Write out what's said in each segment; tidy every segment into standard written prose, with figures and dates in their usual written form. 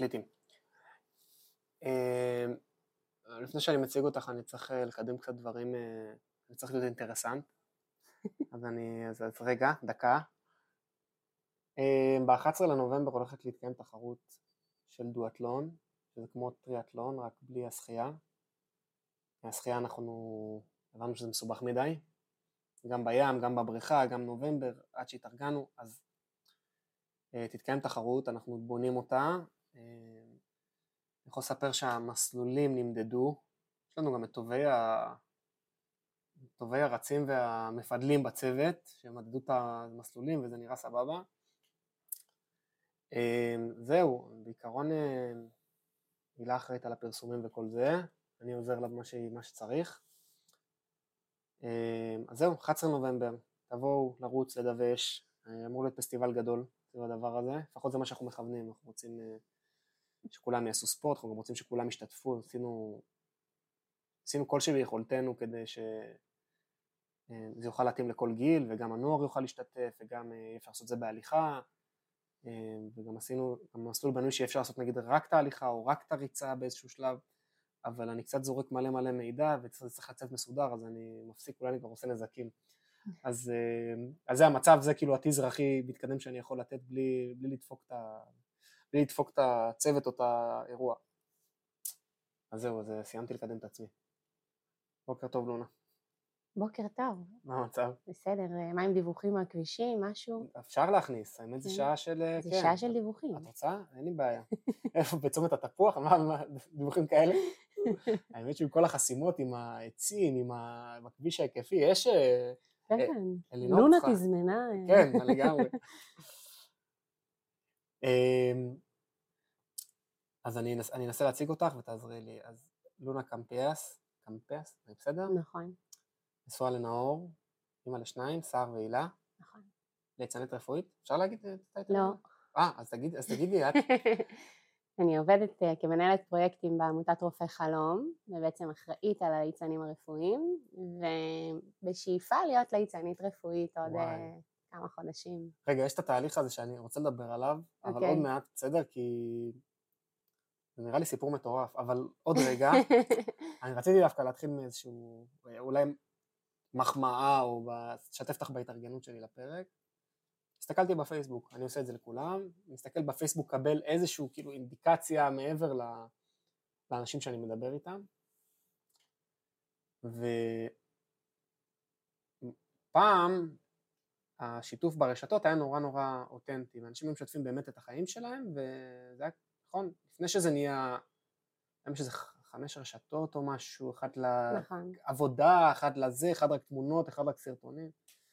מקליטים. לפני שאני מציג אותך, אני צריך לקדם קצת דברים, אני צריך להיות אינטרסנט, אז רגע, דקה. ב-11 לנובמבר הולכת להתקיים תחרות של דואטלון, שזה כמו טריאטלון, רק בלי השחייה. השחייה אנחנו הבנו שזה מסובך מדי, גם בים, גם בבריכה, גם נובמבר, עד שהתארגנו, אז תתקיים תחרות, אנחנו בונים אותה. אני יכול לספר שהמסלולים נמדדו, יש לנו גם את טובי הרצים והמפדלים בצוות, שמדדו את המסלולים וזה נראה סבבה. זהו, בעיקרון הילה אחראית על הפרסומים וכל זה, אני עוזר לה מה שצריך. אז זהו, 11 נובמבר, תבואו לרוץ, לדווש, אמור להיות פסטיבל גדול, זה הדבר הזה, לפחות זה מה שאנחנו מכוונים, אנחנו רוצים שכולם יעשו ספורט, אנחנו גם רוצים שכולם ישתתפו, עשינו כל שביכולתנו כדי שזה יוכל להתאים לכל גיל, וגם הנוער יוכל להשתתף, וגם אפשר לעשות זה בהליכה, וגם עשינו מסלול בנוי שאפשר לעשות נגיד רק את ההליכה או רק את הריצה באיזשהו שלב, אבל אני קצת זורק מלא מידע וצריך לצאת מסודר, אז אני מפסיק, אולי אני כבר עושה נזקים. אז זה המצב, זה כאילו הטיזר הכי מתקדם שאני יכול לתת בלי לדפוק את הצוות או את האירוע. אז זהו, אז סיימתי לקדם את עצמי. בוקר טוב לונה. בוקר טוב. מה המצב? בסדר, מה עם דיווחים מהכבישים, משהו? אפשר להכניס, האמת זה שעה של... זה שעה של דיווחים. את רוצה? אין לי בעיה. איפה בצומת התפוח? מה דיווחים כאלה? האמת שעם כל החסימות, עם העצים, עם הכביש ההיקפי, יש... כן, לונה תזמנה. כן, לגמרי. אז אני אנסה להציג אותך ותעזרי לי. אז לונה קמפיאס, בסדר? נכון. נשואה לנאור, אמא לשניים, שר והילה. נכון. ליצנית רפואית, אפשר להגיד? לא. אז תגידי את. אני עובדת כמנהלת פרויקטים בעמותת רופאי חלום, ובעצם אחראית על הליצנים הרפואיים, ובשאיפה להיות ליצנית רפואית עוד כמה חודשים. רגע, יש את התהליך הזה שאני רוצה לדבר עליו, אבל עוד מעט, בסדר? כי זה נראה לי סיפור מטורף, אבל עוד רגע, אני רציתי דווקא להתחיל מאיזשהו, אולי מחמאה, או לשתף אותך בהתארגנות שלי לפרק. הסתכלתי בפייסבוק, אני עושה את זה לכולם, מסתכל בפייסבוק, קבל איזשהו כאילו אינדיקציה מעבר לאנשים שאני מדבר איתם, ופעם השיתוף ברשתות היה נורא אותנטי, ואנשים משתפים באמת את החיים שלהם, וזה היה נכון, לפני שזה נהיה, היה שזה 5 רשתות או משהו, אחד לעבודה, אחד לזה, אחד רק תמונות, אחד רק סרטונים.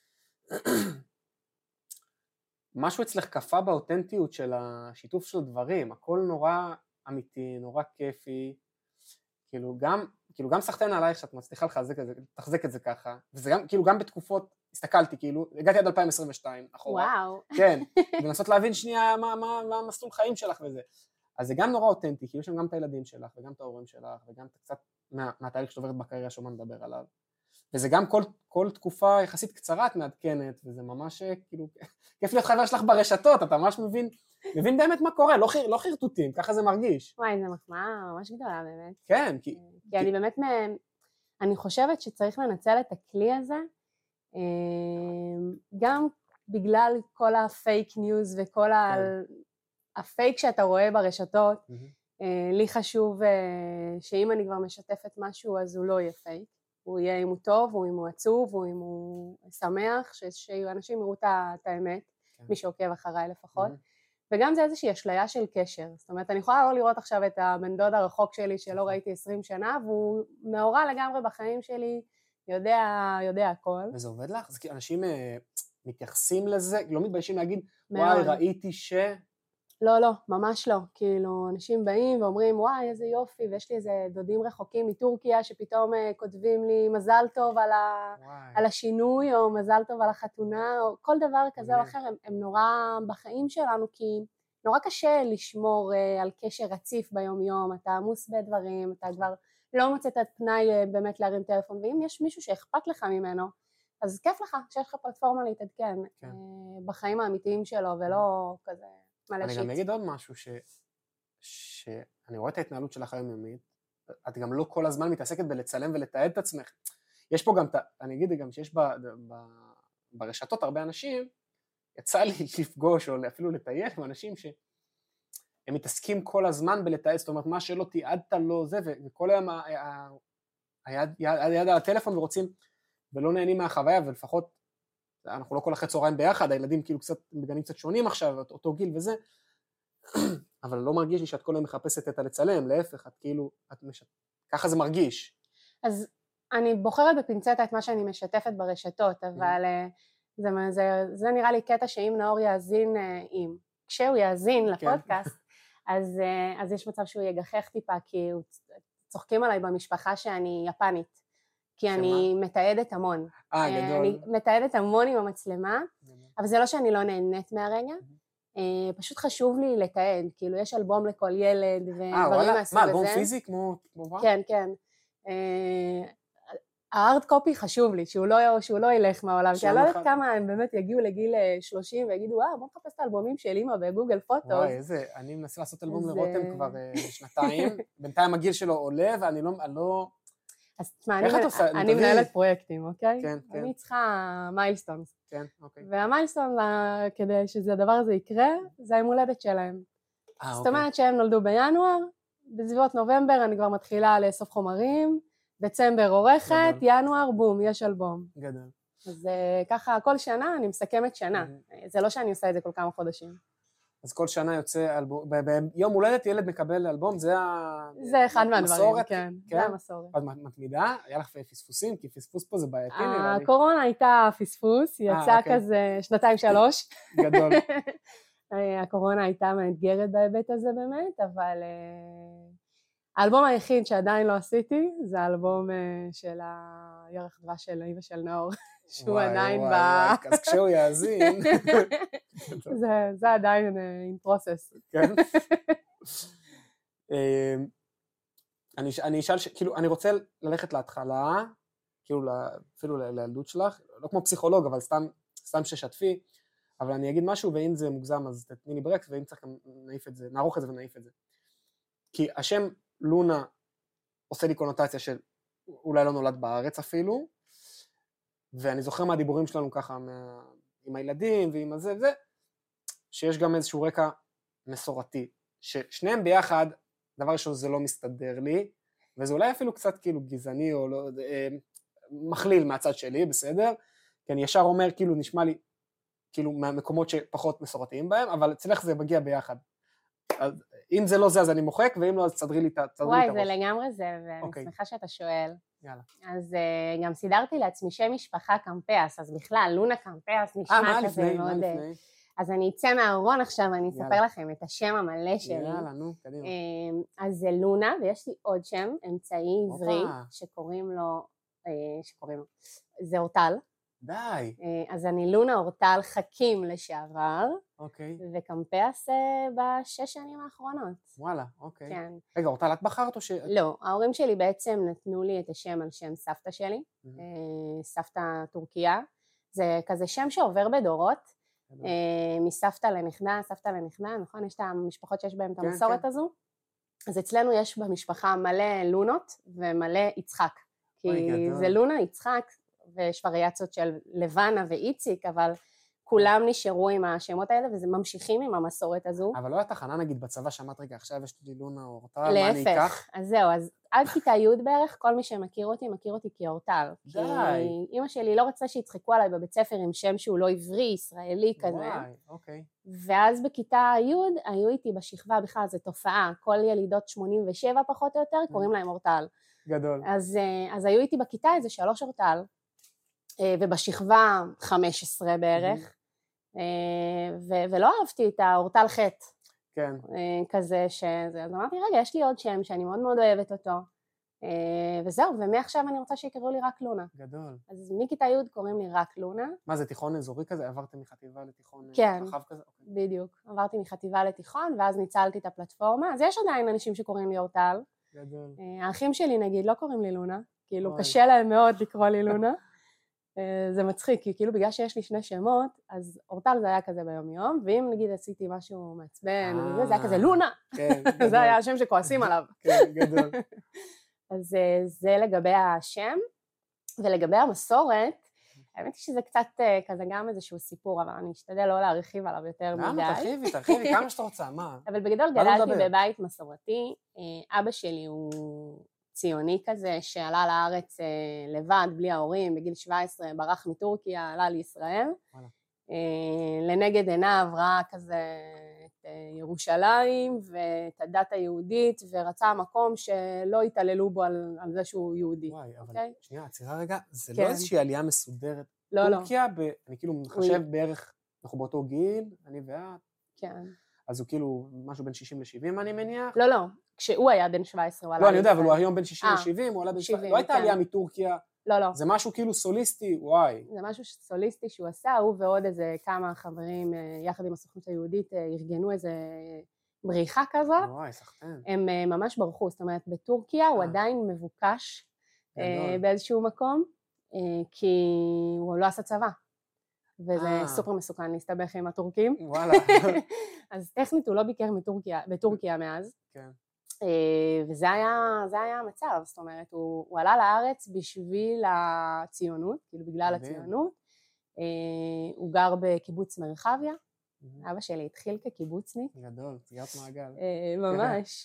משהו אצלך קפה באותנטיות של השיתוף של דברים, הכל נורא אמיתי, נורא כיפי, כאילו גם סחטן עלייך שאת מצליחה לתחזק את זה ככה, וזה גם, כאילו גם בתקופות, הסתכלתי, כאילו, הגעתי עד 2022, אחורה. וואו. כן, ולנסות להבין שנייה מה המסלול חיים שלך וזה. אז זה גם נורא אותנטי, כאילו יש שם גם את הילדים שלך, וגם את ההורים שלך, וגם קצת מהתהליך שאת עוברת בקריירה שמה נדבר עליו. וזה גם כל תקופה יחסית קצרה את מעדכנת, וזה ממש כאילו, כיף להיות חבר שלך ברשתות, אתה ממש מבין באמת מה קורה, לא חרטוטים, ככה זה מרגיש. וואי, זו מחמאה ממש גדולה באמת. כן, כי אני באמת, אני חושבת שצריך לנצל את הכלי הזה, גם בגלל כל הפייק ניוז וכל הפייק שאתה רואה ברשתות, לי חשוב שאם אני כבר משתפת משהו, אז הוא לא יהיה פייק. הוא יהיה אם הוא טוב, או אם הוא עצוב, או אם הוא שמח, שאנשים יראו את האמת, מי שעוקב אחריי לפחות. וגם זה איזושהי אשליה של קשר. זאת אומרת, אני יכולה לא לראות עכשיו את הבן דוד הרחוק שלי, שלא ראיתי 20 שנה, והוא מעורר לגמרי בחיים שלי, יודע הכל. וזה עובד לך? אז אנשים מתייחסים לזה, לא מתביישים להגיד, וואי, ראיתי ש... לא, ממש לא. כאילו, אנשים באים ואומרים, וואי, איזה יופי, ויש לי איזה דודים רחוקים מטורקיה, שפתאום כותבים לי מזל טוב על השינוי, או מזל טוב על החתונה, או כל דבר כזה או אחר, הם נורא בחיים שלנו, כי נורא קשה לשמור על קשר רציף ביום יום, אתה עמוס בדברים, אתה כבר לא מוצא את הפנאי באמת להרים טלפון, ואם יש מישהו שאכפת לך ממנו, אז כיף לך שיש לך פלטפורמה להתעדכן בחיים האמיתיים שלו, ולא כזה... אני גם אגיד עוד משהו, שאני רואה את ההתנהלות שלך היומיומית, את גם לא כל הזמן מתעסקת בלצלם ולתעד את עצמך. יש פה גם, אני אגיד גם שיש ברשתות הרבה אנשים, יצא לי לפגוש או אפילו לטייל עם אנשים שהם מתעסקים כל הזמן בלתעד, זאת אומרת מה שלא תיעדת לו זה, וכל היום היד על הטלפון ורוצים, ולא נהנים מהחוויה, ולפחות אנחנו לא כל אחרי צהריים ביחד, הילדים כאילו קצת בגנים קצת שונים עכשיו, אותו גיל וזה, אבל לא מרגיש לי שאת כל היום מחפשת את הלצלם, להפך, את כאילו, ככה זה מרגיש. אז אני בוחרת בפינצטה את מה שאני משתפת ברשתות, אבל זה נראה לי קטע שאם נאור יאזין, כשהוא יאזין לפודקאסט, אז יש מצב שהוא יגחך טיפה, כי צוחקים עליי במשפחה שאני יפנית, כי אני מתעדת המון. אני מתעדת המון עם המצלמה, אבל זה לא שאני לא נהנית מהרגע, פשוט חשוב לי לתעד, כאילו יש אלבום לכל ילד ודברים מהסוג הזה. מה, אלבום פיזי כמו מה? כן, כן. הארד קופי חשוב לי, שהוא לא ילך מהעולם, כי אני לא יודעת כמה הם באמת יגיעו לגיל 30 ויגידו, בוא נחפש את האלבומים של אמא בגוגל פוטוס. וואי, איזה, אני מנסה לעשות אלבום לרותם כבר שנתיים, בינתיים הגיל שלו עולה ואני לא... אז תשמע, אני מנהלת פרויקטים, אוקיי? כן, כן. אני צריכה מיילסטונס. כן, אוקיי. והמיילסטון, כדי שהדבר הזה יקרה, זה היום הולדת שלהם. זאת אומרת שהם נולדו בינואר, בסביבות נובמבר אני כבר מתחילה לאסוף חומרים, דצמבר עורכת, ינואר, בום, יש אלבום. גדול. אז ככה, כל שנה אני מסכמת שנה. זה לא שאני עושה את זה כל כמה חודשים. אז כל שנה יוצא אלבום, ביום הולדת ילד מקבל אלבום, זה אחד מהדברים, כן. זה המסורת. את מתמידה? היה לך פספוסים? כי פספוס פה זה בעייתי. הקורונה הייתה פספוס, יצא כזה 2-3. גדול. הקורונה הייתה מאתגרת בהיבט הזה באמת, אבל האלבום היחיד שעדיין לא עשיתי, זה האלבום של הירח דבש של אימא של נאור, שהוא עדיין אז כשהוא יאזין... זה עדיין in process. כן. אני אשאל, כאילו, אני רוצה ללכת להתחלה, כאילו, אפילו לילדות שלך, לא כמו פסיכולוג, אבל סתם ששתפי, אבל אני אגיד משהו, ואם זה מוגזם, אז תתני לי ברקס, ואם צריך נעיף את זה, נערוך את זה ונעיף את זה. כי השם לונה עושה לי קונוטציה של אולי לא נולד בארץ אפילו, ואני זוכר מהדיבורים שלנו ככה, עם הילדים ועם הזה וזה, שיש גם איזשהו רקע מסורתי, ששניהם ביחד, דבר ראשון זה לא מסתדר לי, וזה אולי אפילו קצת כאילו גזעני או לא, מכליל מהצד שלי, בסדר? כי אני ישר אומר כאילו נשמע לי, כאילו מהמקומות שפחות מסורתיים בהם, אבל אצלך זה מגיע ביחד. אז אם זה לא זה אז אני מוחק, ואם לא אז תסדרי לי את הראש. וואי, זה לגמרי זה, ואני שמחה שאתה שואל. יאללה. אז גם סידרתי לעצמי שם משפחה קמפס, אז בכלל, לונה קמפס נשמע כזה מאוד... אז אני אצא מהארון עכשיו ואני אספר לכם את השם המלא שלי. יאללה, נו, קדימה. אז זה לונה, ויש לי עוד שם, אמצעי עברי, שקוראים לו, זה אורטל. די. אז אני לונה אורטל חכים לשעבר, אוקיי. וקמפס ב6 שנים האחרונות. וואלה, אוקיי. כן. רגע, אורטל, את בחרת או ש... לא, ההורים שלי בעצם נתנו לי את השם על שם סבתא שלי, סבתא טורקיה, זה כזה שם שעובר בדורות, מסבתא לנכדה, סבתא לנכדה, נכון? יש את המשפחות שיש בהן את המסורת הזו, אז אצלנו יש במשפחה מלא לונות ומלא יצחק, כי זה לונה, יצחק, ויש וריאציות של לבנה ואיציק, אבל כולם נשארו עם השמות האלה, וזה ממשיכים עם המסורת הזו. אבל לא הייתה תחנה נגיד בצבא שאמרת, רגע, עכשיו יש לי לונה או אורטל, מה אני אקח? להפך, אז זהו, אז עד כיתה י' בערך, כל מי שמכיר אותי כאורטל. די. כי אמא שלי לא רצתה שיצחקו עליי בבית ספר עם שם שהוא לא עברי, ישראלי כזה. וואי, אוקיי. ואז בכיתה י' היו איתי בשכבה, בכלל זו תופעה, כל ילידות 87 פחות או יותר, קוראים להם אורטל. גדול. אז היו איתי בכיתה איזה 3 אורטל, ובשכבה 15 בערך, ולא אהבתי את האורטל חטא. כן. כזה שזה, אז אמרתי, רגע, יש לי עוד שם שאני מאוד מאוד אוהבת אותו, וזהו, ומעכשיו אני רוצה שיקראו לי רק לונה. גדול. אז מכיתה י' קוראים לי רק לונה. מה זה, תיכון אזורי כזה? עברתם מחטיבה לתיכון רחב כזה? בדיוק. עברתי מחטיבה לתיכון, ואז ניצלתי את הפלטפורמה, אז יש עדיין אנשים שקוראים לי אורטל. גדול. האחים שלי נגיד לא קוראים לי לונה, כאילו קשה להם מאוד לקרוא לי לונה. זה מצחיק, כי כאילו בגלל שיש לי שני שמות, אז אורטל זה היה כזה ביום יום, ואם נגיד עשיתי משהו מעצבן, זה היה כזה לונה, זה היה השם שכועסים עליו. כן, גדול. אז זה לגבי השם, ולגבי המסורת, האמת היא שזה קצת כזה גם איזשהו סיפור, אבל אני אשתדל לא להרחיב עליו יותר מדי. למה? תרחיבי, כמה שאתה רוצה, מה? אבל בגדול גדלתי בבית מסורתי, אבא שלי הוא ציוני כזה, שעלה לארץ לבד, בלי ההורים, בגיל 17, ברח מטורקיה, עלה לישראל. לנגד עיניו ראה כזה את ירושלים ואת הדת היהודית, ורצה מקום שלא יתעללו בו על זה שהוא יהודי. וואי, אבל שנייה, עצירה רגע, זה כן. לא איזושהי עלייה מסודרת. לא, לא. טורקיה, אני כאילו מחשב בערך, אנחנו באותו גיל, אני ואת. כן. אז הוא כאילו משהו בין 60 ל-70, אני מניח? לא, לא. כשהוא היה בן 17, הוא עלה לא, אני יודע, אבל הוא היום בין 60 ל-70, הוא עלה בין 70, לא הייתה כן. עלייה מטורקיה. לא, לא. זה משהו כאילו סוליסטי, וואי. זה משהו סוליסטי שהוא עשה, הוא ועוד איזה כמה חברים, יחד עם הסוכנות היהודית, ארגנו איזה בריחה כזאת. וואי, סחטן. הם ממש ברחו, זאת אומרת, בטורקיה הוא עדיין מבוקש באיזשהו מקום, כי הוא לא עשה צבא. וזה סופר מסוכן להסתבך עם הטורקים. וואלה. אז טכנית הוא לא ביקר בטורקיה מאז. כן. וזה היה המצב, זאת אומרת, הוא עלה לארץ בשביל הציונות, כאילו בגלל הציונות. הוא גר בקיבוץ מרחביה. אבא שלי התחיל כקיבוצניק. גדול, סגירת מעגל. ממש.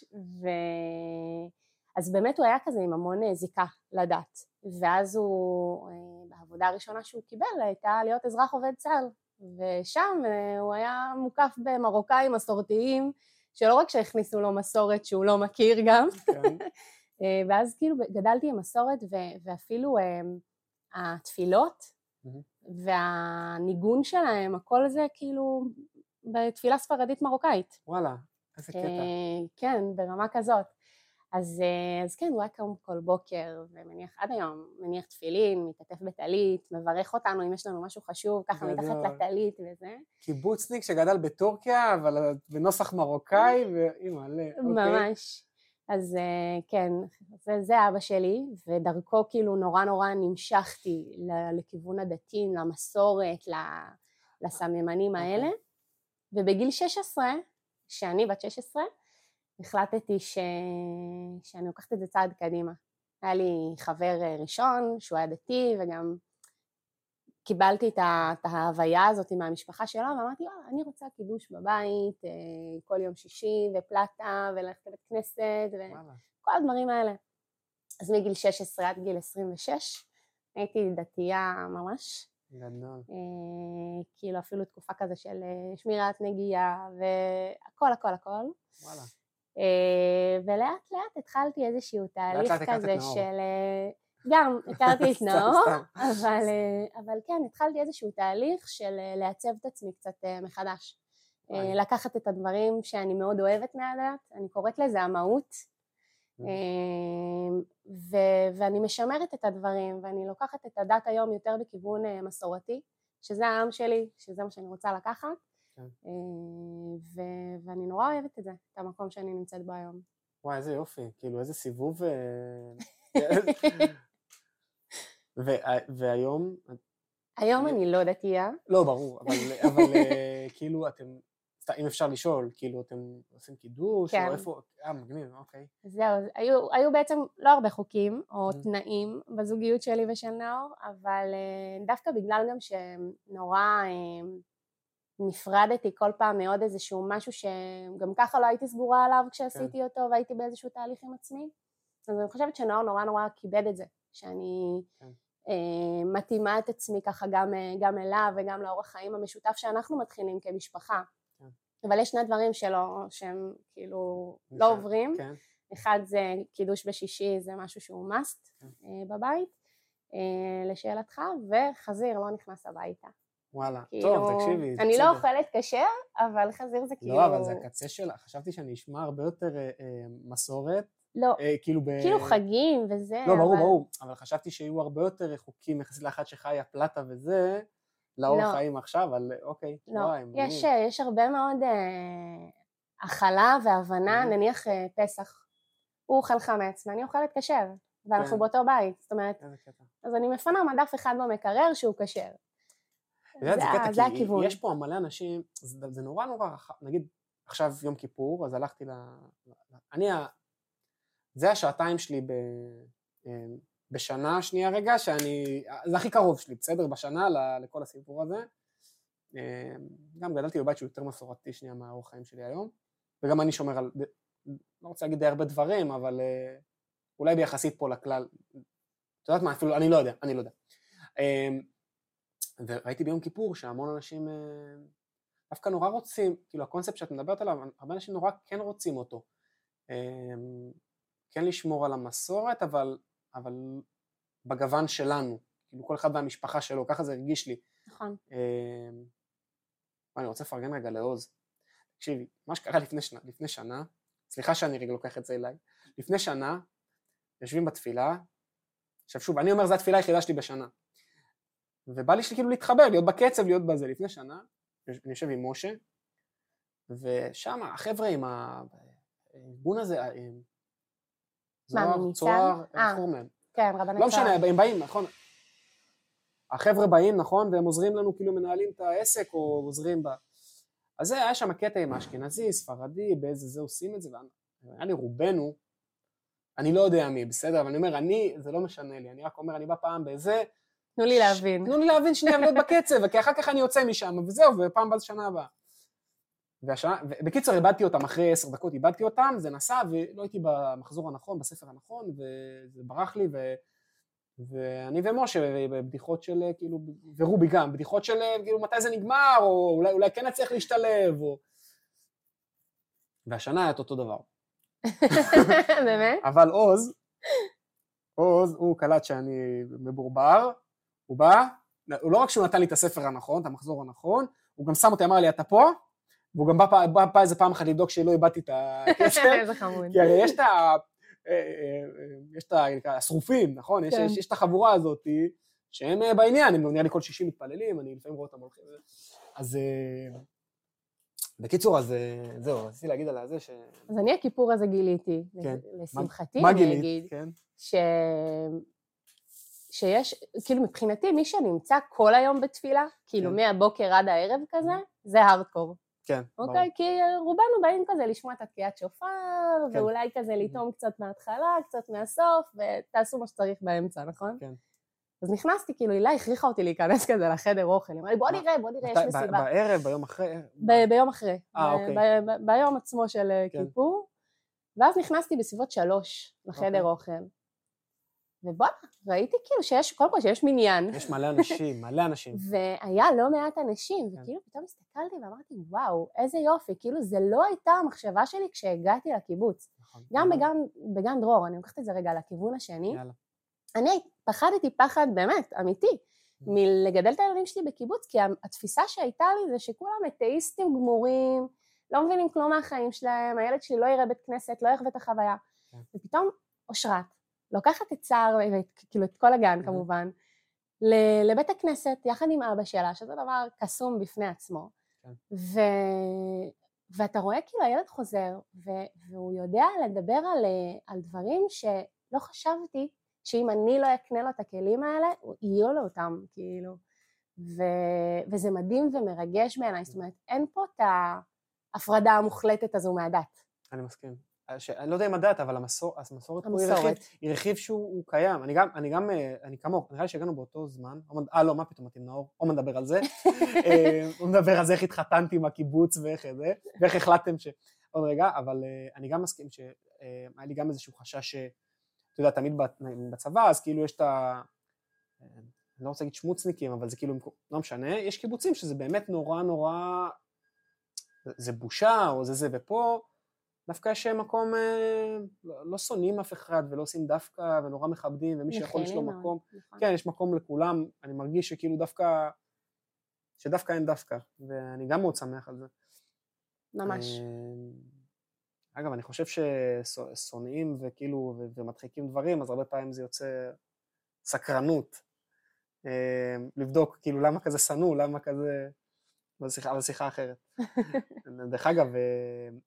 אז באמת הוא היה כזה עם המון זיקה לדת. ואז הוא, בעבודה הראשונה שהוא קיבל, הייתה להיות אזרח עובד צה"ל. ושם הוא היה מוקף במרוקאים מסורתיים, שלא רק שהכניסו לו מסורת שהוא לא מכיר גם. ואז כאילו גדלתי עם מסורת, ואפילו התפילות, והניגון שלהם, הכל זה כאילו בתפילה ספרדית מרוקאית. וואלה, איזה קטע. כן, ברמה כזאת. אז כן, הוא היה קם כל בוקר, ומניח עד היום, מניח תפילין, מתעטף בטלית, מברך אותנו אם יש לנו משהו חשוב, ככה מתחת לטלית וזה. קיבוצניק שגדל בטורקיה, אבל בנוסח מרוקאי, ואימא'לה, אוקיי. ממש. אז כן, זה אבא שלי, ודרכו כאילו נורא נורא נמשכתי לכיוון הדתיים, למסורת, לסממנים האלה, ובגיל 16, שאני בת 16, החלטתי שאני לוקחת את זה צעד קדימה. היה לי חבר ראשון שהוא היה דתי, וגם קיבלתי את ההוויה הזאת מהמשפחה שלו, ואמרתי, אני רוצה קידוש בבית, כל יום שישי, ופלטה, וללכת לבית כנסת, וכל הדברים האלה. אז מגיל 16 עד גיל 26, הייתי דתייה ממש. גדול. כאילו אפילו תקופה כזה של שמירת נגיעה, והכל, הכל, הכל. וואלה. ולאט לאט התחלתי איזשהו תהליך כזה של, גם הכרתי את נאור, אבל כן, התחלתי איזשהו תהליך של לעצב את עצמי קצת מחדש. לקחת את הדברים שאני מאוד אוהבת מהדת, אני קוראת לזה המהות, ואני משמרת את הדברים, ואני לוקחת את הדת היום יותר בכיוון מסורתי, שזה העם שלי, שזה מה שאני רוצה לקחת, ואני נורא אוהבת את זה, את המקום שאני נמצאת בו היום. וואי, איזה יופי, כאילו איזה סיבוב. והיום? היום אני לא דתייה. לא, ברור, אבל כאילו אתם, אם אפשר לשאול, כאילו אתם עושים קידוש, או איפה, מגניב, אוקיי. זהו, היו בעצם לא הרבה חוקים או תנאים בזוגיות שלי ושל נאור, אבל דווקא בגלל גם שנורא נפרדתי כל פעם מעוד איזשהו משהו שגם ככה לא הייתי סגורה עליו כשעשיתי אותו, והייתי באיזשהו תהליך עם עצמי, אז אני חושבת שנאור נורא נורא כיבד את זה, שאני מתאימה את עצמי ככה גם אליו וגם לאורח חיים המשותף שאנחנו מתחילים כמשפחה. אבל יש שני דברים שהם כאילו לא עוברים. אחד זה קידוש בשישי, זה משהו שהוא must בבית, לשאלתך, וחזיר לא נכנס הביתה. וואלה, טוב, תקשיבי. אני לא אוכלת כשר, אבל חזיר זה כאילו... לא, אבל זה הקצה שלה. חשבתי שאני אשמע הרבה יותר מסורת. לא, כאילו חגים וזה. לא, ברור. אבל חשבתי שיהיו הרבה יותר רחוקים יחסית לאחת שחיה פלטה וזה, לאור חיים עכשיו, אבל אוקיי. לא, יש הרבה מאוד הכלה והבנה, נניח פסח. הוא אוכל חמץ, ואני אוכלת כשר. ואנחנו באותו בית, זאת אומרת, אז אני מפנה מדף אחד במקרר שהוא כשר. זה הכיוון. יש פה מלא אנשים, זה נורא רחב, נגיד עכשיו יום כיפור, אז הלכתי זה השעתיים שלי בשנה, שנייה רגע, זה הכי קרוב שלי, בסדר, בשנה לכל הסיפור הזה. גם גדלתי בבית שהוא יותר מסורתי שנייה מהאורח חיים שלי היום, וגם אני שומר על, לא רוצה להגיד די הרבה דברים, אבל אולי ביחסית פה לכלל, את יודעת מה, אפילו, אני לא יודע. וראיתי ביום כיפור שהמון אנשים דווקא נורא רוצים, כאילו הקונספט שאת מדברת עליו, הרבה אנשים נורא כן רוצים אותו, כן לשמור על המסורת, אבל בגוון שלנו, כאילו כל אחד והמשפחה שלו, ככה זה הרגיש לי. נכון. אני רוצה לפרגן רגע לעוז. תקשיבי, מה שקרה לפני שנה, סליחה שאני רגע לוקח את זה אליי, לפני שנה, יושבים בתפילה, עכשיו שוב, אני אומר, זו התפילה היחידה שלי בשנה, ובא לי כאילו להתחבר, להיות בקצב, להיות בזה. לפני שנה, אני יושב עם משה, ושם החבר'ה עם הארגון הזה, זוהר, צוהר, איך קוראים להם? כן, רבני צוהר. לא משנה, הם באים, נכון? החבר'ה באים, נכון? והם עוזרים לנו, כאילו מנהלים את העסק, או עוזרים בה. אז זה היה שם הקטע עם האשכנזי, ספרדי, באיזה זה עושים את זה, והיה לי רובנו, אני לא יודע מי, בסדר? אבל אני אומר, זה לא משנה לי, אני רק אומר, אני בא פעם באיזה, תנו לי להבין. תנו לי להבין שנייה ולהיות בקצב, כי אחר כך אני יוצא משם, וזהו, ופעם באז שנה הבאה. בקיצור, איבדתי אותם, אחרי 10 דקות איבדתי אותם, זה נסע, ולא הייתי במחזור הנכון, בספר הנכון, וזה ברח לי, ואני ומשה, בבדיחות של, כאילו, ורובי גם, בדיחות של, כאילו, מתי זה נגמר, או אולי כן נצליח להשתלב, והשנה היה אותו דבר. באמת? אבל עוז, הוא קלט שאני מבורבר, הוא בא, הוא לא רק שהוא נתן לי את הספר הנכון, את המחזור הנכון, הוא גם שם אותי, אמר לי, אתה פה? והוא גם בא איזה פעם אחת לבדוק שלא איבדתי את הכסף. איזה חמוד. כי הרי יש את השרופים, נכון? יש את החבורה הזאת, שהם בעניין, הם נראה לי כל 60 מתפללים, אני לפעמים רואה אותם הולכים. אז בקיצור, אז זהו, רציתי להגיד על זה ש... אז אני הכיפור הזה גיליתי, לשמחתי מה אני אגיד, כן? שיש, כאילו מבחינתי מי שנמצא כל היום בתפילה, כאילו מהבוקר עד הערב כזה, זה הארדקור. כן, אוקיי, כי רובנו באים כזה לשמוע את התקיעת שופר, ואולי כזה לטעום קצת מההתחלה, קצת מהסוף, ותעשו מה שצריך באמצע, נכון? כן. אז נכנסתי, כאילו, הילה הכריחה אותי להיכנס כזה לחדר אוכל, אמרה לי, בוא נראה, יש מסיבה. בערב, ביום אחרי? ביום אחרי. אוקיי. ביום עצמו של כיפור, ואז נכנסתי בסביבות 3 לחדר אוכל. ובוא, ראיתי כאילו שיש, קודם כל שיש מניין. יש מלא אנשים. והיה לא מעט אנשים, וכאילו פתאום הסתכלתי ואמרתי, וואו, איזה יופי, כאילו זה לא הייתה המחשבה שלי כשהגעתי לקיבוץ. גם בגן דרור, אני לוקחת את זה רגע לכיוון השני. אני פחדתי פחד באמת, אמיתי, מלגדל את הילדים שלי בקיבוץ, כי התפיסה שהייתה לי זה שכולם אתאיסטים גמורים, לא מבינים כלום מהחיים שלהם, הילד שלי לא יראה בית כנסת, לא יחווה את החוויה. ופתאום אושרת, לוקחת את צער, כאילו את כל הגן כמובן, לבית הכנסת יחד עם אבא שלה, שזה דבר קסום בפני עצמו. ואתה רואה כאילו הילד חוזר, והוא יודע לדבר על דברים שלא חשבתי, שאם אני לא אקנה לו את הכלים האלה, יהיו לו אותם, כאילו. וזה מדהים ומרגש בעיניי, זאת אומרת, אין פה את ההפרדה המוחלטת הזו מהדת. אני מסכים. אני לא יודע אם הדת, אבל המסורת פה היא רכיב שהוא קיים. אני כמוך, נראה לי שהגענו באותו זמן, לא, מה פתאום מתאים נאור? או מדבר על זה. הוא מדבר על זה איך התחתנתי עם הקיבוץ ואיך החלטתם עוד רגע, אבל אני גם מסכים שהיה לי גם איזשהו חשש אתה יודע, תמיד בצבא, אז כאילו יש את אני לא רוצה להגיד שמוצניקים, אבל זה כאילו, לא משנה, יש קיבוצים שזה באמת נורא, זה בושה, או זה, ופה, דווקא יש מקום, לא שונאים אף אחד, ולא עושים דווקא, ונורא מכבדים, ומי שיכול יש לו מקום, כן, יש מקום לכולם, אני מרגיש שכאילו שדווקא אין דווקא, ואני גם מאוד שמח על זה. ממש. אגב, אני חושב ששונאים וכאילו, ומדחיקים דברים, אז הרבה פעמים זה יוצא סקרנות, לבדוק כאילו למה כזה שנוא, למה כזה, אבל שיחה אחרת. דרך אגב,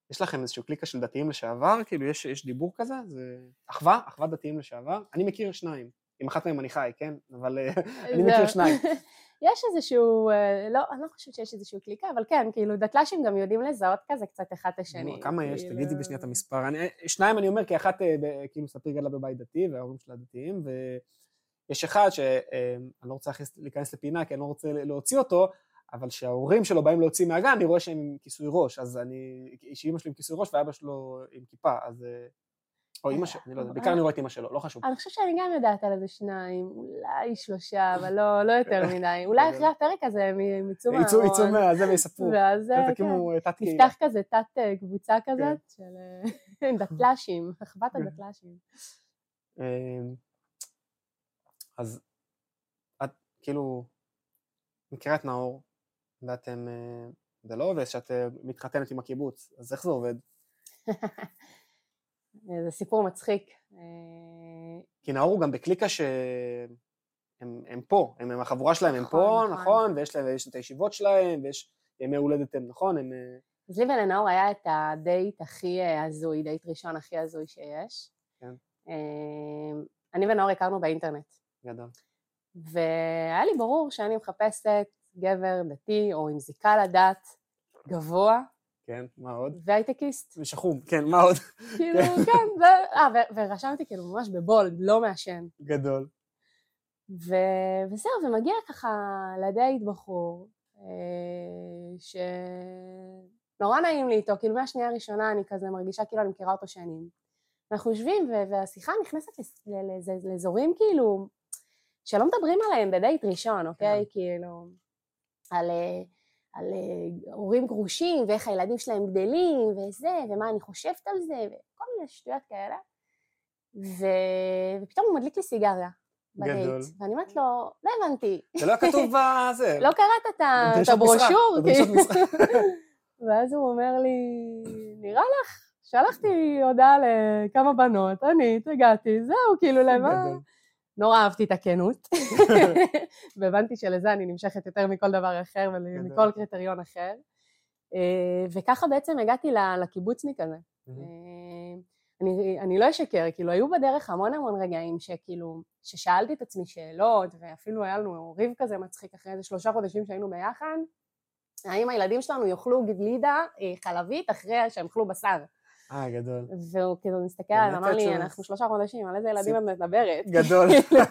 יש לכם איזשהו קליקה של דתיים לשעבר, כאילו יש דיבור כזה, זה אחווה דתיים לשעבר, אני מכיר 2, עם אחת מהם אני חי, כן? אבל אני מכיר 2. יש איזשהו, לא, אני לא חושבת שיש איזשהו קליקה, אבל כן, כאילו דתל"שים גם יודעים לזהות כזה קצת אחד השני. כמה יש? תגידי בשנייה את המספר. 2 אני אומר, כי אחת כאילו ספיר גדלה בבית דתי, וההורים שלה דתיים, ויש אחד שאני לא רוצה להיכנס לפינה, כי אני לא רוצה להוציא אותו, אבל שההורים שלו באים להוציא מהגן, אני רואה שהם עם כיסוי ראש, אז שאמא שלו עם כיסוי ראש, ואבא שלו עם כיפה, אז... או אמא שלו, אני לא יודע, בעיקר אני רואה את אמא שלו, לא חשוב. אני חושבת שאני גם יודעת על איזה 2, אולי 3, אבל לא יותר מדי. אולי אחרי הפרק הזה הם יצאו מהארון. יצאו מהזה ויספרו. ואז נפתח כזה תת קבוצה כזאת של דתל"שים, אחוות הדתל"שים. אז את כאילו מכירה את נאור, ואתם, זה לא עובד שאת מתחתנת עם הקיבוץ, אז איך זה עובד? זה סיפור מצחיק. כי נאור הוא גם בקליקה שהם פה, הם החבורה שלהם, הם פה, נכון, ויש את הישיבות שלהם, ויש ימי הולדת הם, נכון? אז לי ולנאור היה את הדייט הכי הזוי, דייט ראשון הכי הזוי שיש. כן. אני ונאור הכרנו באינטרנט. גדול. והיה לי ברור שאני מחפשת גבר דתי, או עם זיקה לדת, גבוה. כן, מה עוד? והייטקיסט. ושחום, כן, מה עוד? כאילו, כן, ורשמתי כאילו ממש בבולד, לא מעשן. גדול. וזהו, ומגיע ככה לדייט בחור, שנורא נעים לי איתו, כאילו מהשנייה הראשונה אני כזה מרגישה כאילו אני מכירה אותו שנים. אנחנו יושבים והשיחה נכנסת לאזורים כאילו, שלא מדברים עליהם בדייט ראשון, אוקיי? כאילו, על הורים גרושים, ואיך הילדים שלהם גדלים, וזה, ומה אני חושבת על זה, וכל מיני שטויות כאלה. ופתאום הוא מדליק לי סיגריה בדייט. ואני אומרת לו, לא הבנתי. זה לא כתוב בזה. לא קראת את הברושור. ואז הוא אומר לי, נראה לך, שלחתי הודעה לכמה בנות, אני הגעתי, זהו, כאילו למה... נורא אהבתי את הכנות, והבנתי שלזה אני נמשכת יותר מכל דבר אחר ומכל קריטריון אחר, וככה בעצם הגעתי לקיבוצניק הזה. אני לא אשקר, כאילו היו בדרך המון רגעים שכאילו, ששאלתי את עצמי שאלות, ואפילו היה לנו ריב כזה מצחיק אחרי איזה 3 חודשים שהיינו ביחד, האם הילדים שלנו יאכלו גלידה חלבית אחרי שהם אכלו בשר. גדול. והוא כאילו מסתכל עליי, אמר לי, אנחנו 3 חודשים, על איזה ילדים את מדברת. גדול.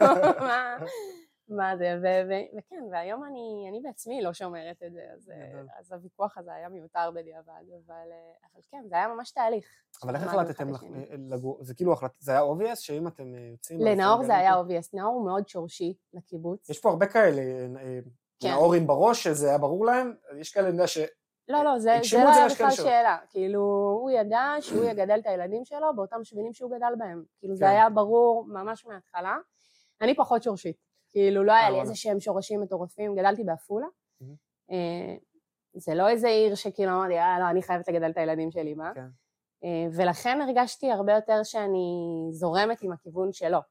מה זה, וכן, והיום אני בעצמי לא שומרת את זה, אז הוויכוח הזה היה מיותר בדיעבד, אבל כן, זה היה ממש תהליך. אבל איך החלטתם לגור, זה כאילו, זה היה obvious שאם אתם יוצאים... לנאור זה היה obvious, נאור הוא מאוד שורשי לקיבוץ. יש פה הרבה כאלה, נאורים בראש, שזה היה ברור להם, יש כאלה, אני יודע ש... לא, זה לא היה בכלל שאלה, כאילו הוא ידע שהוא יגדל את הילדים שלו באותם שבילים שהוא גדל בהם, כאילו זה היה ברור ממש מההתחלה. אני פחות שורשית, כאילו לא היה לי איזה שהם שורשים מטורפים, גדלתי בעפולה, זה לא איזה עיר שכאילו אמרתי, לא, אני חייבת לגדל את הילדים שלי, מה? ולכן הרגשתי הרבה יותר שאני זורמת עם הכיוון שלו,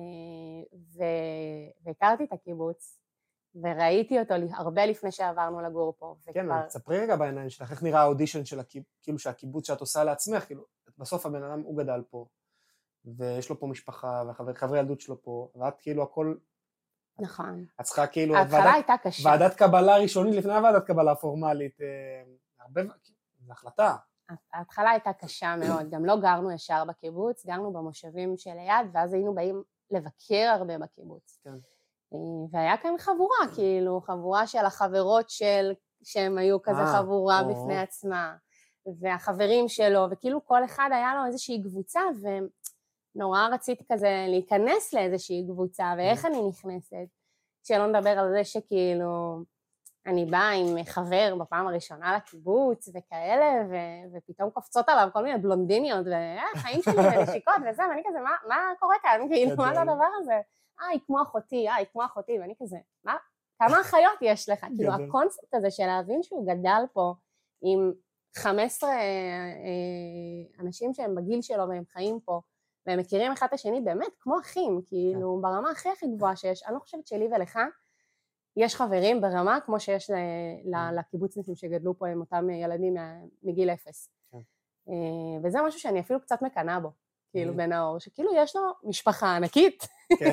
והכרתי את הקיבוץ, וראיתי אותו הרבה לפני שעברנו לגור פה. כן, תספרי רגע בעיניים שלך, איך נראה האודישן של כאילו שהקיבוץ שאת עושה לעצמך, כאילו, בסוף הבן אדם הוא גדל פה, ויש לו פה משפחה, וחברי ילדות שלו פה, ואת כאילו הכל... נכון. את צריכה כאילו... ההתחלה הייתה קשה. ועדת קבלה ראשונית לפני הוועדת קבלה פורמלית, הרבה... זו החלטה. ההתחלה הייתה קשה מאוד, גם לא גרנו ישר בקיבוץ, גרנו במושבים שליד, ואז היינו באים לבקר הרבה בקיבוץ. כן. והיה כאן חבורה, כאילו, חבורה של החברות שהם היו כזה חבורה בפני עצמה, והחברים שלו, וכאילו כל אחד היה לו איזושהי קבוצה, ונורא רציתי כזה להיכנס לאיזושהי קבוצה, ואיך אני נכנסת, שלא נדבר על זה שכאילו, אני באה עם חבר בפעם הראשונה לקיבוץ וכאלה, ופתאום קופצות עליו כל מיני בלונדיניות, והחיים שלי ונשיקות וזה, ואני כזה, מה קורה כאן? כאילו, מה זה הדבר הזה? היא כמו אחותי, ואני כזה, מה? כמה אחיות יש לך? כאילו, הקונספט הזה של להבין שהוא גדל פה עם 15 אנשים שהם בגיל שלו והם חיים פה, והם מכירים אחד את השני באמת כמו אחים, כאילו, ברמה הכי גבוהה שיש. אני לא חושבת שלי ולך, יש חברים ברמה כמו שיש לקיבוצניקים שגדלו פה עם אותם ילדים מגיל 0. וזה משהו שאני אפילו קצת מקנה בו, כאילו בנאור, שכאילו יש לו משפחה ענקית. כן.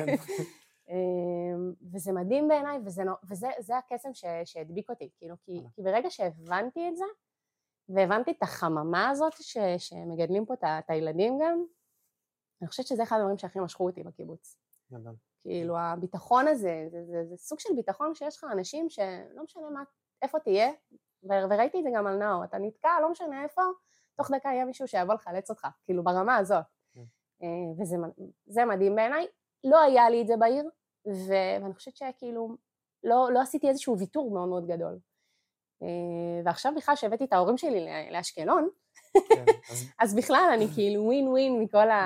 וזה מדהים בעיניי, וזה הקסם שהדביק אותי, כאילו, כי ברגע שהבנתי את זה, והבנתי את החממה הזאת שמגדלים פה את הילדים גם, אני חושבת שזה אחד הדברים שהכי משכו אותי בקיבוץ. כאילו, הביטחון הזה, זה סוג של ביטחון שיש לך אנשים שלא משנה איפה תהיה, וראיתי את זה גם על נאור, אתה נתקע, לא משנה איפה, תוך דקה יהיה מישהו שיבוא לחלץ אותך, כאילו ברמה הזאת. וזה מדהים בעיניי. לא היה לי את זה בעיר, ואני חושבת שכאילו לא עשיתי איזשהו ויתור מאוד מאוד גדול. ועכשיו בכלל שהבאתי את ההורים שלי לאשקלון, אז בכלל אני כאילו ווין ווין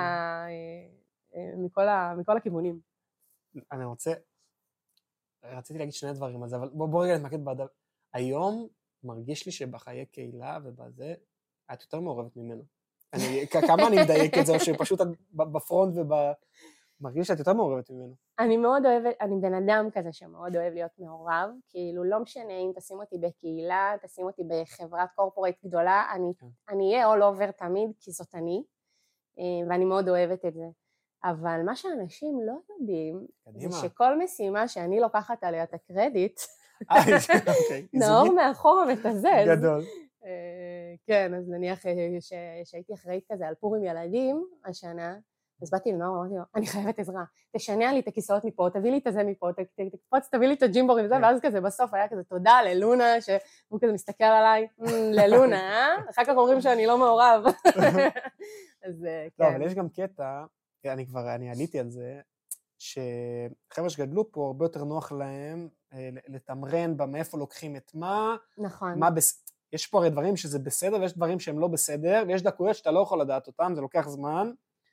מכל הכיוונים. אני רציתי להגיד שני דברים על זה, אבל בוא רגע נתמקד בעד. היום מרגיש לי שבחיי קהילה ובזה, את יותר מעורבת ממנו. כמה אני מדייק את זה, או שפשוט בפרונט מרגיש שאת יותר מעורבת ממנו. אני מאוד אוהבת, אני בן אדם כזה שמאוד אוהב להיות מעורב, כאילו לא משנה אם תשים אותי בקהילה, תשים אותי בחברת קורפורייט גדולה, אני אהיה all over תמיד, כי זאת אני, ואני מאוד אוהבת את זה. אבל מה שאנשים לא יודעים, זה שכל משימה שאני לוקחת עליה את הקרדיט, נאור מאחורה מתזז. גדול. כן, אז נניח שהייתי אחראית כזה על פורים ילדים השנה, אז באתי לנאור, אמרתי לו, אני חייבת עזרה, תשנע לי את הכיסאות מפה, תביא לי את זה מפה, תקפוץ, תביא לי את הג'ימבורים וזה, ואז כזה בסוף היה כזה תודה ללונה, שהוא כזה מסתכל עליי, ללונה, אחר כך אומרים שאני לא מעורב. אז כן. לא, אבל יש גם קטע, אני עליתי על זה, שחבר'ה שגדלו פה, הרבה יותר נוח להם לתמרן במאיפה לוקחים את מה, נכון. יש פה הרי דברים שזה בסדר, ויש דברים שהם לא בסדר, ויש דקויות שאתה לא יכול לדעת אותם, זה לוקח זמן,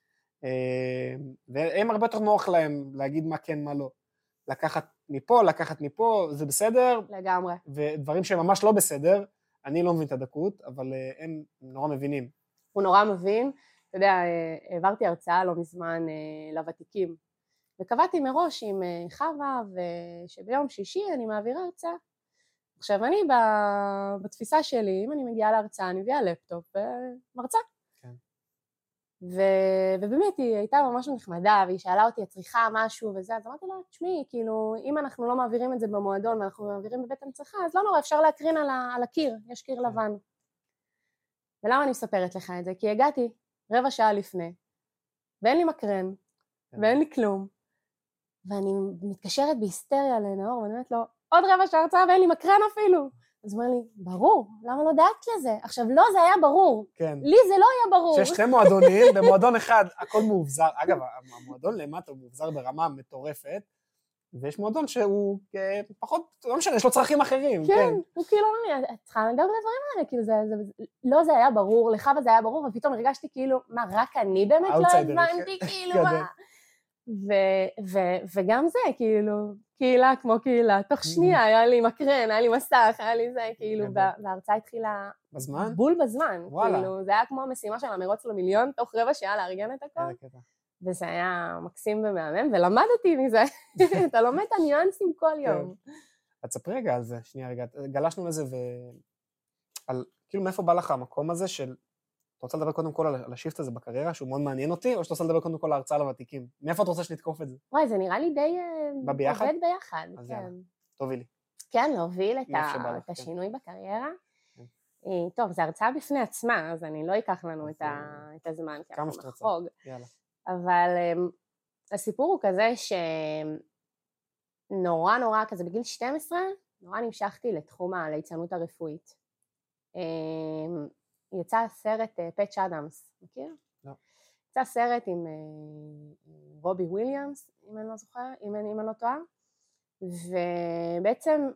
והם הרבה יותר נוח להם להגיד מה כן, מה לא. לקחת מפה, זה בסדר. לגמרי. ודברים שהם ממש לא בסדר, אני לא מבין את הדקות, אבל הם נורא מבינים. הוא נורא מבין. אתה יודע, העברתי הרצאה לא מזמן לוותיקים, וקבעתי מראש עם חווה, שביום שישי אני מעבירה הרצאה. עכשיו אני בתפיסה שלי, אם אני מגיעה להרצאה, אני מביאה לפטופ ומרצה. כן. ובאמת היא הייתה ממש נחמדה, והיא שאלה אותי, את צריכה משהו וזה, אז אמרתי לה, תשמעי, כאילו, אם אנחנו לא מעבירים את זה במועדון, ואנחנו מעבירים בבית הנצחה, אז לא נורא, אפשר להקרין על הקיר, יש קיר לבן. ולמה אני מספרת לך את זה? כי הגעתי רבע שעה לפני, ואין לי מקרן, ואין לי כלום, ואני מתקשרת בהיסטריה לנאור, ואני אומרת לו, עוד רבע שעה הרצאה ואין לי מקרן אפילו. אז הוא אומר לי, ברור, למה לא דאגת לזה? עכשיו, לא, זה היה ברור. כן. לי זה לא היה ברור. שיש שני מועדונים, במועדון אחד הכל מאובזר. אגב, המועדון למטה הוא מאובזר ברמה מטורפת, ויש מועדון שהוא פחות, לא משנה, יש לו צרכים אחרים. כן, הוא כאילו אומר לי, את צריכה לדאוג לדברים האלה, כאילו לא זה היה ברור, לך וזה היה ברור, ופתאום הרגשתי כאילו, מה, רק אני באמת לא הבנתי, כאילו, מה? וגם זה, כאילו, קהילה כמו קהילה, תוך שנייה היה לי מקרן, היה לי מסך, היה לי זה, כאילו, וההרצאה התחילה בזמן? בול בזמן, כאילו, זה היה כמו המשימה של המרוץ למיליון, תוך רבע שעה לארגן את הכל, וזה היה מקסים ומהמם, ולמדתי מזה, אתה לומד את הניואנסים כל יום. אז ספרי רגע על זה, שנייה רגע, גלשנו לזה, כאילו מאיפה בא לך המקום הזה של, אתה רוצה לדבר קודם כל על השיפט הזה בקריירה, שהוא מאוד מעניין אותי, או שאתה רוצה לדבר קודם כל על ההרצאה לוותיקים? מאיפה אתה רוצה שנתקוף את זה? וואי, זה נראה לי די עובד ביחד, אז יאללה, תובילי. כן, להוביל את השינוי בקריירה. טוב, זו הרצאה בפני עצמה, אז אני לא אקח לנו את הזמן, כי אנחנו נחרוג. אבל הסיפור הוא כזה שנורא כזה בגיל 12, נורא נמשכתי לתחום הליצנות הרפואית. יצא סרט פאץ' אדמס, מכיר? לא. יצא סרט עם רובי וויליאמס, אם אני לא זוכר, אם אני לא טועה, ובעצם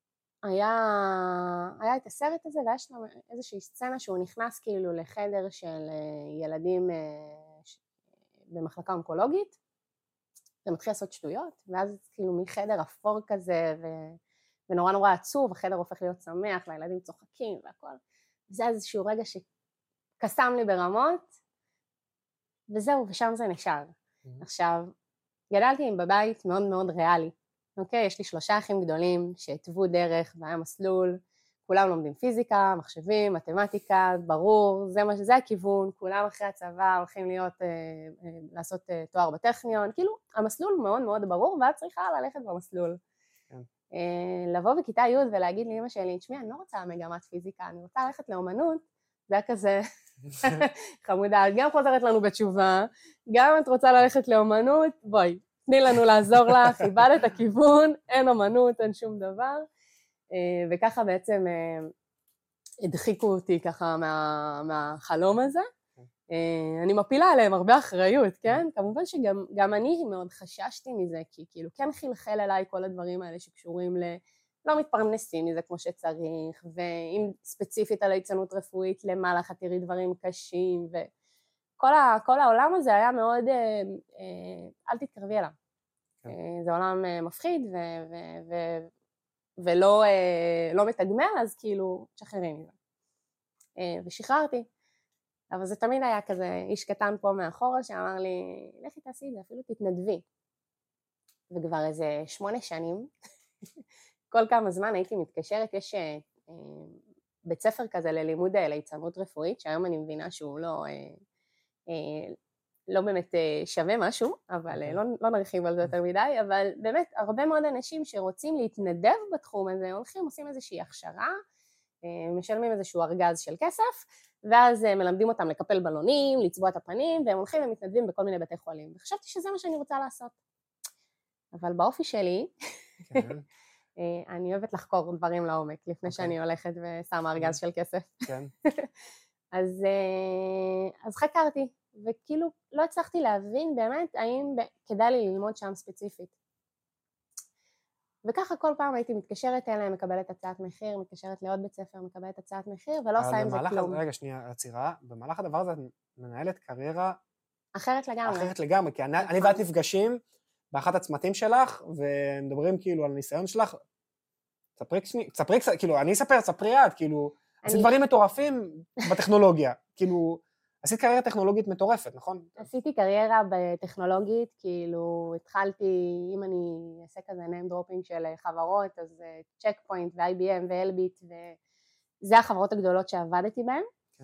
היה את הסרט הזה, ויש לו איזושהי סצנה שהוא נכנס כאילו לחדר של ילדים במחלקה אונקולוגית, ומתחיל לעשות שטויות, ואז כאילו מחדר אפור כזה, ונורא עצוב, החדר הופך להיות שמח, והילדים צוחקים והכל. זה איזשהו רגע שקסם לי ברמות, וזהו, ושם זה נשאר. עכשיו, גדלתי בבית מאוד מאוד ריאלי, אוקיי? יש לי 3 אחים גדולים שהתוו דרך והיה מסלול, כולם לומדים פיזיקה, מחשבים, מתמטיקה, ברור, זה הכיוון, כולם אחרי הצבא הולכים לעשות תואר בטכניון, כאילו המסלול מאוד מאוד ברור, ואת צריכה ללכת במסלול. לבוא בכיתה י' ולהגיד לאמא שלי, תשמעי, אני לא רוצה מגמת פיזיקה, אני רוצה ללכת לאומנות, זה היה כזה חמודה, גם חוזרת לנו בתשובה, גם את רוצה ללכת לאומנות, בואי, תני לנו לעזור לך, איבדת הכיוון, אין אומנות, אין שום דבר, וככה בעצם הדחיקו אותי ככה מהחלום הזה. אני מפילה עליהם הרבה אחריות, כן? כמובן שגם אני מאוד חששתי מזה, כי כאילו כן חלחל אליי כל הדברים האלה שקשורים לא מתפרנסים מזה כמו שצריך, ואם ספציפית על היצנות רפואית למעלה, תראי דברים קשים, וכל העולם הזה היה מאוד, אל תתקרבי אליו. זה עולם מפחיד ולא מתגמל, אז כאילו תשחררי מזה. ושחררתי. אבל זה תמיד היה כזה איש קטן פה מאחורה שאמר לי, לכי תעשי את זה, אפילו תתנדבי. וכבר איזה 8 שנים, כל כמה זמן הייתי מתקשרת, יש בית ספר כזה ללימוד ליצנות רפואית, שהיום אני מבינה שהוא לא באמת שווה משהו, אבל לא נרחיב על זה יותר מדי, אבל באמת הרבה מאוד אנשים שרוצים להתנדב בתחום הזה, הולכים, עושים איזושהי הכשרה, משלמים איזשהו ארגז של כסף, ואז מלמדים אותם לקפל בלונים, לצבוע את הפנים, והם הולכים ומתנדבים בכל מיני בתי חולים. וחשבתי שזה מה שאני רוצה לעשות. אבל באופי שלי, אני אוהבת לחקור דברים לעומק, לפני שאני הולכת ושמה ארגז של כסף. אז חקרתי, וכאילו לא הצלחתי להבין באמת האם כדאי לי ללמוד שם ספציפית. וככה כל פעם הייתי מתקשרת אליהם, מקבלת הצעת מחיר, מתקשרת לעוד בית ספר, מקבלת הצעת מחיר, ולא עושה עם זה כלום. רגע, שנייה, עצירה, במהלך הדבר הזה את מנהלת קריירה אחרת לגמרי. אחרת לגמרי, כי אני ואת נפגשים באחת הצמתים שלך, ומדברים כאילו על הניסיון שלך, ספרי, כאילו, אני אספר, ספרי את, כאילו, עשית דברים מטורפים בטכנולוגיה, כאילו, עשית קריירה טכנולוגית מטורפת, נכון? עשיתי קריירה בטכנולוגית, כאילו התחלתי, אם אני אעשה כזה name dropping של חברות, אז צ'קפוינט ו-IBM ו-Elbit, וזה החברות הגדולות שעבדתי בהן. כן.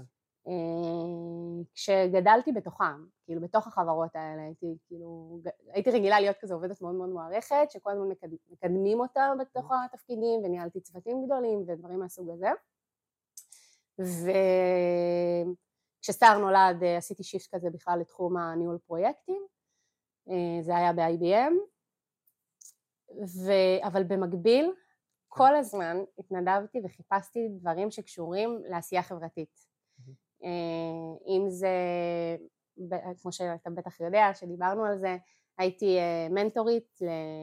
כשגדלתי בתוכם, כאילו בתוך החברות האלה, הייתי רגילה להיות כזה עובדת מאוד מאוד מוערכת, שכל הזמן מקדמים אותה בתוך התפקידים, וניהלתי צוותים גדולים ודברים מהסוג הזה. כשסטאר נולד עשיתי שיפט כזה בכלל לתחום הניהול פרויקטים, זה היה ב-IBM, אבל במקביל כל הזמן התנדבתי וחיפשתי דברים שקשורים לעשייה חברתית. אם זה, כמו שאתה בטח יודע, שדיברנו על זה, הייתי מנטורית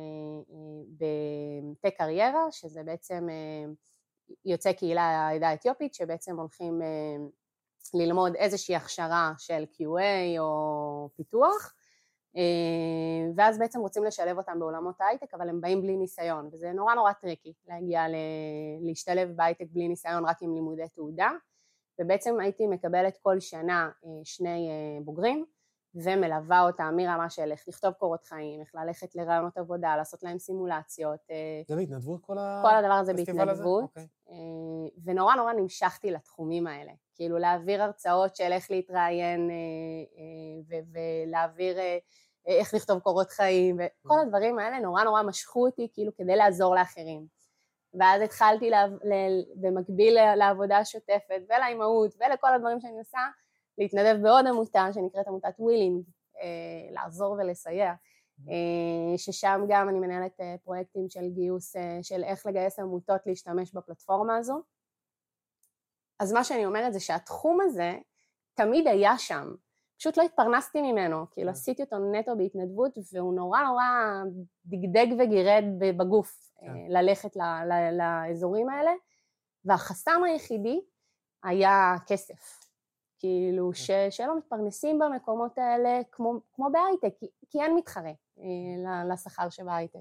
בטק קריירה, שזה בעצם יוצא קהילה העדה האתיופית, שבעצם הולכים ללמוד איזושהי הכשרה של QA או פיתוח, ואז בעצם רוצים לשלב אותם בעולמות ההייטק, אבל הם באים בלי ניסיון, וזה נורא נורא טריקי להגיע להשתלב בהייטק בלי ניסיון רק עם לימודי תעודה, ובעצם הייתי מקבלת כל שנה 2 בוגרים, ומלווה אותם מרמה של איך לכתוב קורות חיים, איך ללכת לרעיונות עבודה, לעשות להם סימולציות. זה בהתנדבות כל הדבר הזה בהתנדבות, ונורא נורא נמשכתי לתחומים האלה, כאילו להעביר הרצאות של איך להתראיין, ולהעביר איך לכתוב קורות חיים, וכל הדברים האלה נורא נורא משכו אותי כאילו כדי לעזור לאחרים. ואז התחלתי במקביל לעבודה השוטפת ולאימהות ולכל הדברים שאני עושה, להתנדב בעוד עמותה שנקראת עמותת ווילינג, לעזור ולסייע, ששם גם אני מנהלת פרויקטים של גיוס, של איך לגייס עמותות להשתמש בפלטפורמה הזו. אז מה שאני אומרת זה שהתחום הזה תמיד היה שם, פשוט לא התפרנסתי ממנו, כאילו עשיתי אותו נטו בהתנדבות, והוא נורא נורא דגדג וגירד בגוף ללכת לאזורים האלה, והחסם היחידי היה כסף. כאילו שלא מתפרנסים במקומות האלה כמו בהייטק, כי אין מתחרה לשכר שבהייטק.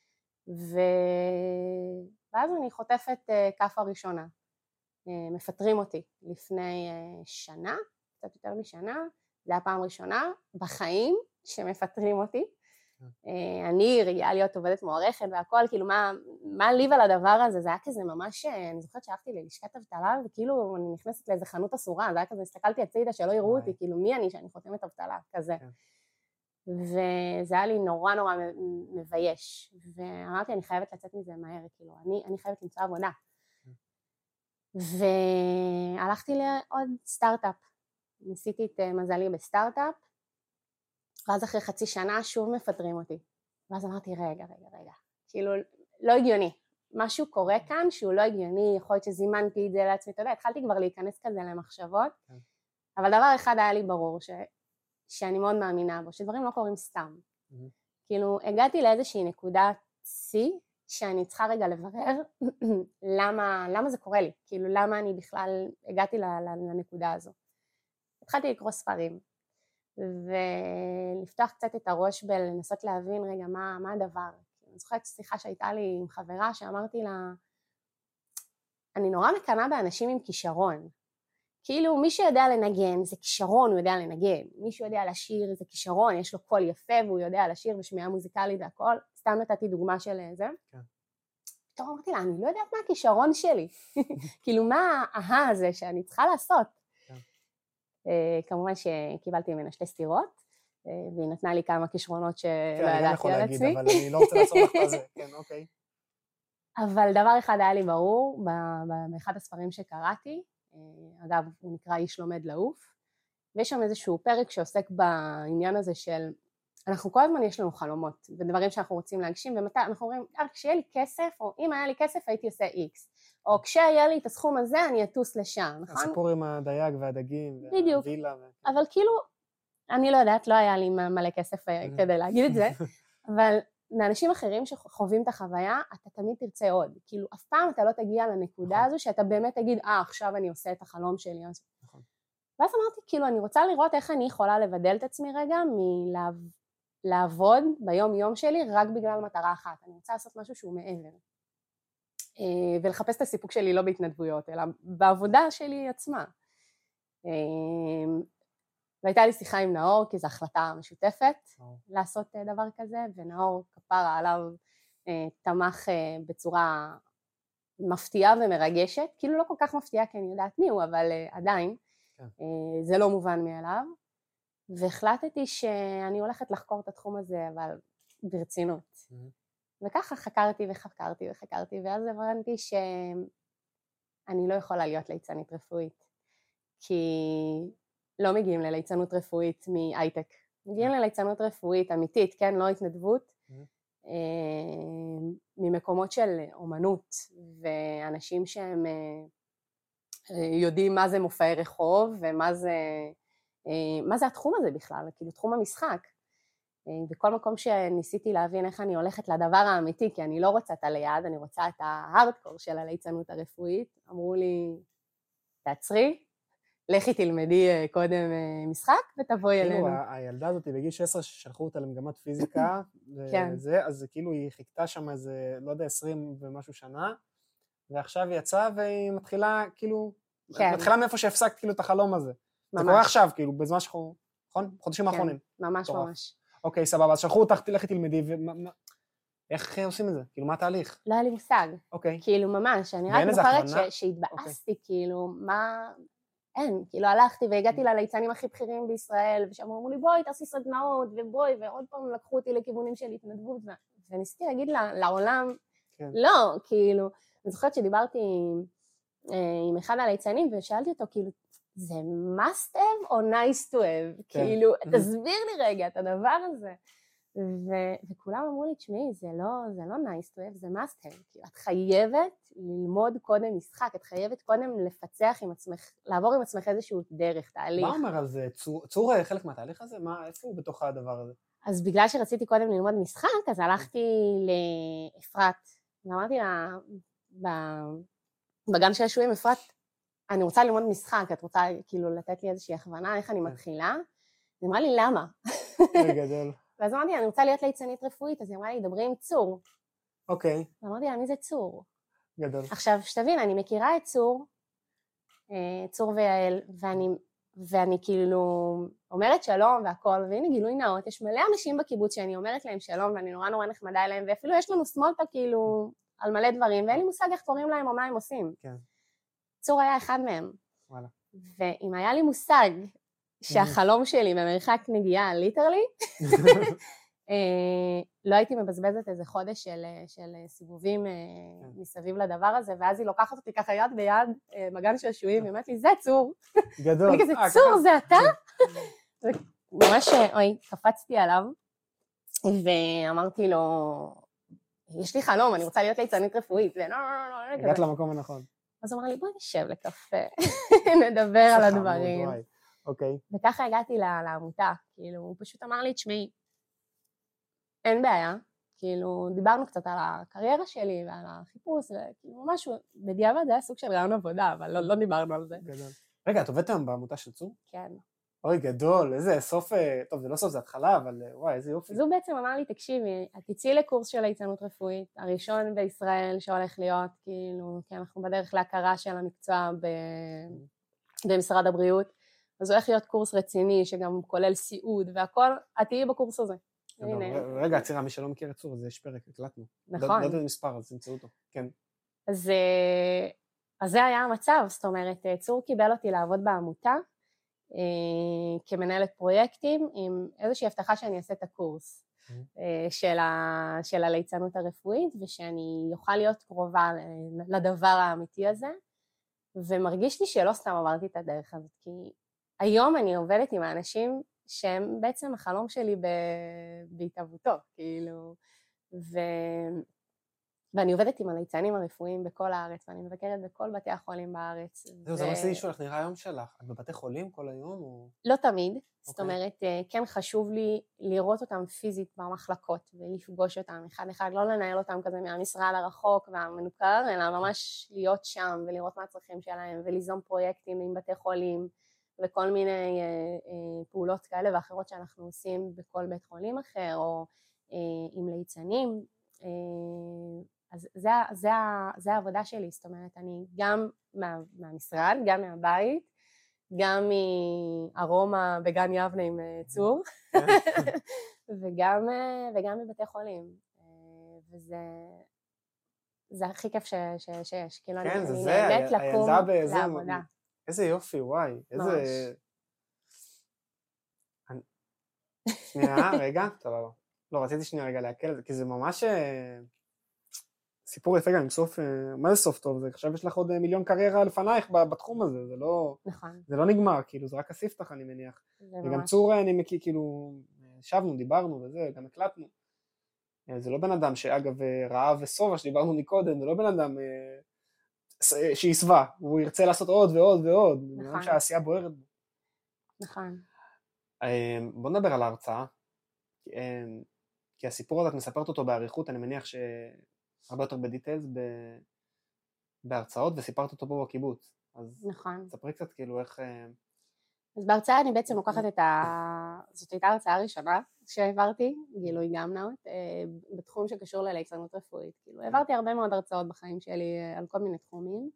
ואז אני חוטפת כף הראשונה, מפטרים אותי לפני שנה, קצת יותר משנה, זה הפעם ראשונה בחיים שמפטרים אותי, אני רגילה להיות עובדת מוערכת והכל, כאילו מה ליב על הדבר הזה, זה היה כזה ממש, אני זוכרת שהלכתי ללשכת אבטלה, וכאילו אני נכנסת לאיזה חנות אסורה, זה היה כזה, הסתכלתי הצידה שלא יראו אותי, כאילו מי אני שאני חותמת אבטלה, כזה. וזה היה לי נורא נורא מבייש, ואמרתי אני חייבת לצאת מזה מהר, כאילו אני חייבת למצוא עבודה. והלכתי לעוד סטארט-אפ, ניסיתי את מזלי בסטארט-אפ, ואז אחרי חצי שנה שוב מפטרים אותי. ואז אמרתי, רגע, כאילו, לא הגיוני. משהו קורה כאן שהוא לא הגיוני, יכול להיות שזימנתי את זה לעצמי, אתה יודע, התחלתי כבר להיכנס כזה למחשבות, אבל דבר אחד היה לי ברור, שאני מאוד מאמינה בו, שדברים לא קורים סתם. כאילו, הגעתי לאיזושהי נקודת C, שאני צריכה רגע לברר למה זה קורה לי, כאילו, למה אני בכלל הגעתי לנקודה הזו. התחלתי לקרוא ספרים. ולפתוח קצת את הראש בלנסות להבין רגע מה הדבר. אני זוכרת שיחה שהייתה לי עם חברה שאמרתי לה, אני נורא מקנאה באנשים עם כישרון. כאילו מי שיודע לנגן זה כישרון, הוא יודע לנגן. מי שיודע לשיר זה כישרון, יש לו קול יפה והוא יודע לשיר ושמיעה מוזיקלית והכל. סתם נתתי דוגמה של זה. כן. פתאום אמרתי לה, אני לא יודעת מה הכישרון שלי. כאילו מה הזה שאני צריכה לעשות. כמובן שקיבלתי ממנה 2 סתירות, והיא נתנה לי כמה כישרונות שלא ידעתי על עצמי. אבל אני לא רוצה לעשות לך את זה, כן, אוקיי. אבל דבר אחד היה לי ברור, באחד הספרים שקראתי, אגב, הוא נקרא איש לומד לעוף, ויש שם איזשהו פרק שעוסק בעניין הזה של, אנחנו כל הזמן יש לנו חלומות, ודברים שאנחנו רוצים להגשים, ומתי אנחנו אומרים, כשיהיה לי כסף, או אם היה לי כסף הייתי עושה X, או כשיהיה לי את הסכום הזה אני אטוס לשם, נכון? הסיפור עם הדייג והדגים, בדיוק, אבל כאילו, אני לא יודעת, לא היה לי מלא כסף כדי להגיד את זה, אבל לאנשים אחרים שחווים את החוויה, אתה תמיד תרצה עוד, כאילו אף פעם אתה לא תגיע לנקודה הזו, שאתה באמת תגיד, עכשיו אני עושה את החלום שלי. ואז אמרתי, כאילו, אני רוצה לראות איך אני יכולה לבדל את עצמי רגע, מלעבוד ביום יום שלי, רק בגלל מטרה אחת, אני רוצה לעשות משהו שהוא מעבר. ולחפש את הסיפוק שלי לא בהתנדבויות, אלא בעבודה שלי עצמה. והייתה לי שיחה עם נאור, כי זו החלטה משותפת לעשות דבר כזה, ונאור כפרה עליו תמך בצורה מפתיעה ומרגשת, כאילו לא כל כך מפתיעה כי אני יודעת מי הוא, אבל עדיין זה לא מובן מאליו, והחלטתי שאני הולכת לחקור את התחום הזה, אבל ברצינות. וככה חקרתי וחקרתי וחקרתי, ואז הבנתי שאני לא יכולה להיות ליצנית רפואית, כי לא מגיעים לליצנות רפואית מהייטק, מגיעים לליצנות רפואית אמיתית, כן, לא התנדבות, ממקומות של אומנות, ואנשים שהם יודעים מה זה מופעי רחוב, ומה זה התחום הזה בכלל, כאילו תחום המשחק. בכל מקום שניסיתי להבין איך אני הולכת לדבר האמיתי, כי אני לא רוצה את הליד, אני רוצה את ההארדקור של הליצנות הרפואית, אמרו לי, תעצרי, לכי תלמדי קודם משחק ותבואי אלינו. כאילו הילדה הזאת בגיל 16 שלחו אותה למגמת פיזיקה, וזה, אז כאילו היא חיכתה שם איזה, לא יודע, 20 ומשהו שנה, ועכשיו היא יצאה והיא מתחילה כאילו, מתחילה מאיפה שהפסקת כאילו את החלום הזה. זה קורה עכשיו, כאילו, בזמן שאנחנו, נכון? חודשים האחרונים. ממש ממש. אוקיי, סבבה, אז שלחו אותך, לכי תלמדי, איך עושים את זה? כאילו, מה התהליך? לא היה לי מושג. אוקיי. כאילו, ממש, אני רק זוכרת שהתבאסתי, כאילו, מה... אין, כאילו, הלכתי והגעתי לליצנים הכי בכירים בישראל, ושם אמרו לי, בואי, תעשי סדנאות, ובואי, ועוד פעם לקחו אותי לכיוונים של התנדבות, וניסיתי להגיד לעולם, לא, כאילו, אני זוכרת שדיברתי עם אחד הליצנים, ושאלתי אותו, כאילו, זה must have או nice to have? כאילו, תסביר לי רגע את הדבר הזה. וכולם אמרו לי, תשמעי, זה לא nice to have, זה must have. כאילו, את חייבת ללמוד קודם משחק, את חייבת קודם לפצח עם עצמך, לעבור עם עצמך איזשהו דרך, תהליך. מה אומר על זה? צור חלק מהתהליך הזה? איפה הוא בתוך הדבר הזה? אז בגלל שרציתי קודם ללמוד משחק, אז הלכתי לאפרת, ואמרתי לה, בגן של השבועים, אפרת, אני רוצה ללמוד משחק, את רוצה כאילו לתת לי איזושהי הכוונה, איך אני מתחילה? היא אמרה לי, למה? גדול. ואז אמרתי, אני רוצה להיות ליצנית רפואית, אז היא אמרה לי, דברי עם צור. אוקיי. ואמרתי לה, מי זה צור? גדול. עכשיו, שתבין, אני מכירה את צור ויעל, ואני כאילו אומרת שלום והכל, והנה גילוי נאות, יש מלא אנשים בקיבוץ שאני אומרת להם שלום, ואני נורא נחמדה אליהם, ואפילו יש לנו סמולטה כאילו על מלא דברים, ואין לי מושג איך קוראים להם או מה הם עושים. כן. צור היה אחד מהם. וואלה. ואם היה לי מושג שהחלום שלי במרחק נגיעה ליטרלי, לא הייתי מבזבזת איזה חודש של סיבובים מסביב לדבר הזה, ואז היא לוקחת אותי ככה יד ביד בגן שעשועים, היא אומרת לי, זה צור. גדול. אני כזה, צור, זה אתה? ממש, אוי, קפצתי עליו, ואמרתי לו, יש לי חלום, אני רוצה להיות ליצנית רפואית, ולא, הגעת למקום הנכון. אז הוא אמר לי, בואי נשב לקפה, נדבר על הדברים. אוקיי. וככה הגעתי לעמותה, כאילו, הוא פשוט אמר לי, תשמעי, אין בעיה, כאילו, דיברנו קצת על הקריירה שלי ועל החיפוש, וכאילו, משהו, בדיעבד זה היה סוג של רעיון עבודה, אבל לא דיברנו על זה. גדול. רגע, את עובדת היום בעמותה של צור? כן. אוי, גדול, איזה סוף, טוב, זה לא סוף, זה התחלה, אבל וואי, איזה יופי. אז הוא בעצם אמר לי, תקשיבי, את תצאי לקורס של ליצנות רפואית, הראשון בישראל שהולך להיות, כאילו, כי אנחנו בדרך להכרה של המקצוע במשרד הבריאות, אז הולך להיות קורס רציני, שגם כולל סיעוד והכל, את תהיי בקורס הזה. רגע, צירה, מי שלא מכיר את צור, זה יש פרק, הקלטנו. נכון. לא יודע מספר, אז תמצאו אותו, כן. אז זה היה המצב, זאת אומרת, צור קיבל אותי לעבוד בעמותה, כמנהלת פרויקטים, עם איזושהי הבטחה שאני אעשה את הקורס של הליצנות הרפואית, ושאני אוכל להיות קרובה לדבר האמיתי הזה, ומרגיש לי שלא סתם עברתי את הדרך הזאת, כי היום אני עובדת עם האנשים שהם בעצם החלום שלי בהתהוותו, כאילו, ואני עובדת עם הליצנים הרפואיים בכל הארץ, ואני מבקרת בכל בתי החולים בארץ. זהו, זה רציתי לשאול, איך נראה היום שלך? את בבתי חולים כל היום? לא תמיד, זאת אומרת, כן חשוב לי לראות אותם פיזית במחלקות, ולפגוש אותם אחד אחד, לא לנהל אותם כזה מהמשרד הרחוק והמנוכר, אלא ממש להיות שם ולראות מה הצרכים שלהם, וליזום פרויקטים עם בתי חולים, וכל מיני פעולות כאלה ואחרות שאנחנו עושים בכל בית חולים אחר, או עם ליצנים. אז זה העבודה שלי, זאת אומרת, אני גם מהמשרד, גם מהבית, גם מארומה בגן יבנה עם צור, וגם מבתי חולים. וזה הכי כיף שיש, כאילו אני נהנית לקום לעבודה. איזה יופי, וואי, איזה... שנייה, רגע, טוב, לא, רציתי שנייה רגע להקל על זה, כי זה ממש סיפור יפה גם עם סוף, מה זה סוף טוב? עכשיו יש לך עוד מיליון קריירה לפנייך בתחום הזה, זה לא... נכון. זה לא נגמר, כאילו, זה רק הספתח, אני מניח. וגם צור, אני מכיר, כאילו, ישבנו, דיברנו וזה, גם הקלטנו. זה לא בן אדם שאגב רעב וסובה שדיברנו מקודם, זה לא בן אדם שיסווה, הוא ירצה לעשות עוד ועוד ועוד, נכון. שהעשייה בוערת בו. נכון. בוא נדבר על ההרצאה, כי הסיפור הזה את מספרת אותו בעריכות, אני מניח שהרבה יותר בדיטיילס בהרצאות, וסיפרת אותו פה בקיבוץ. אז נכון. ספרי קצת כאילו איך... אז בהרצאה אני בעצם לוקחת זאת הייתה הרצאה הראשונה שהעברתי, גילוי גם נאות, בתחום שקשור לליצנות רפואית. כאילו, העברתי הרבה מאוד הרצאות בחיים שלי על כל מיני תחומים.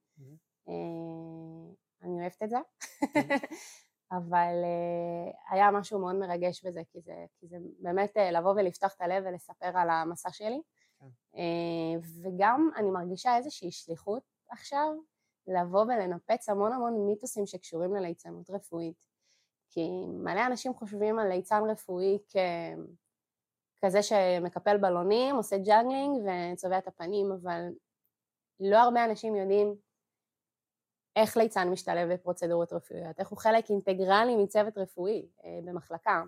אני אוהבת את זה. אבל היה משהו מאוד מרגש בזה, כי זה באמת לבוא ולפתוח את הלב ולספר על המסע שלי. וגם אני מרגישה איזושהי שליחות עכשיו, לבוא ולנפץ המון המון מיתוסים שקשורים לליצנות רפואית. כי מלא אנשים חושבים על ליצן רפואי כזה שמקפל בלונים, עושה ג'אגלינג וצובע את הפנים, אבל לא הרבה אנשים יודעים איך ליצן משתלב בפרוצדורות רפואיות, איך הוא חלק אינטגרלי מצוות רפואי במחלקה,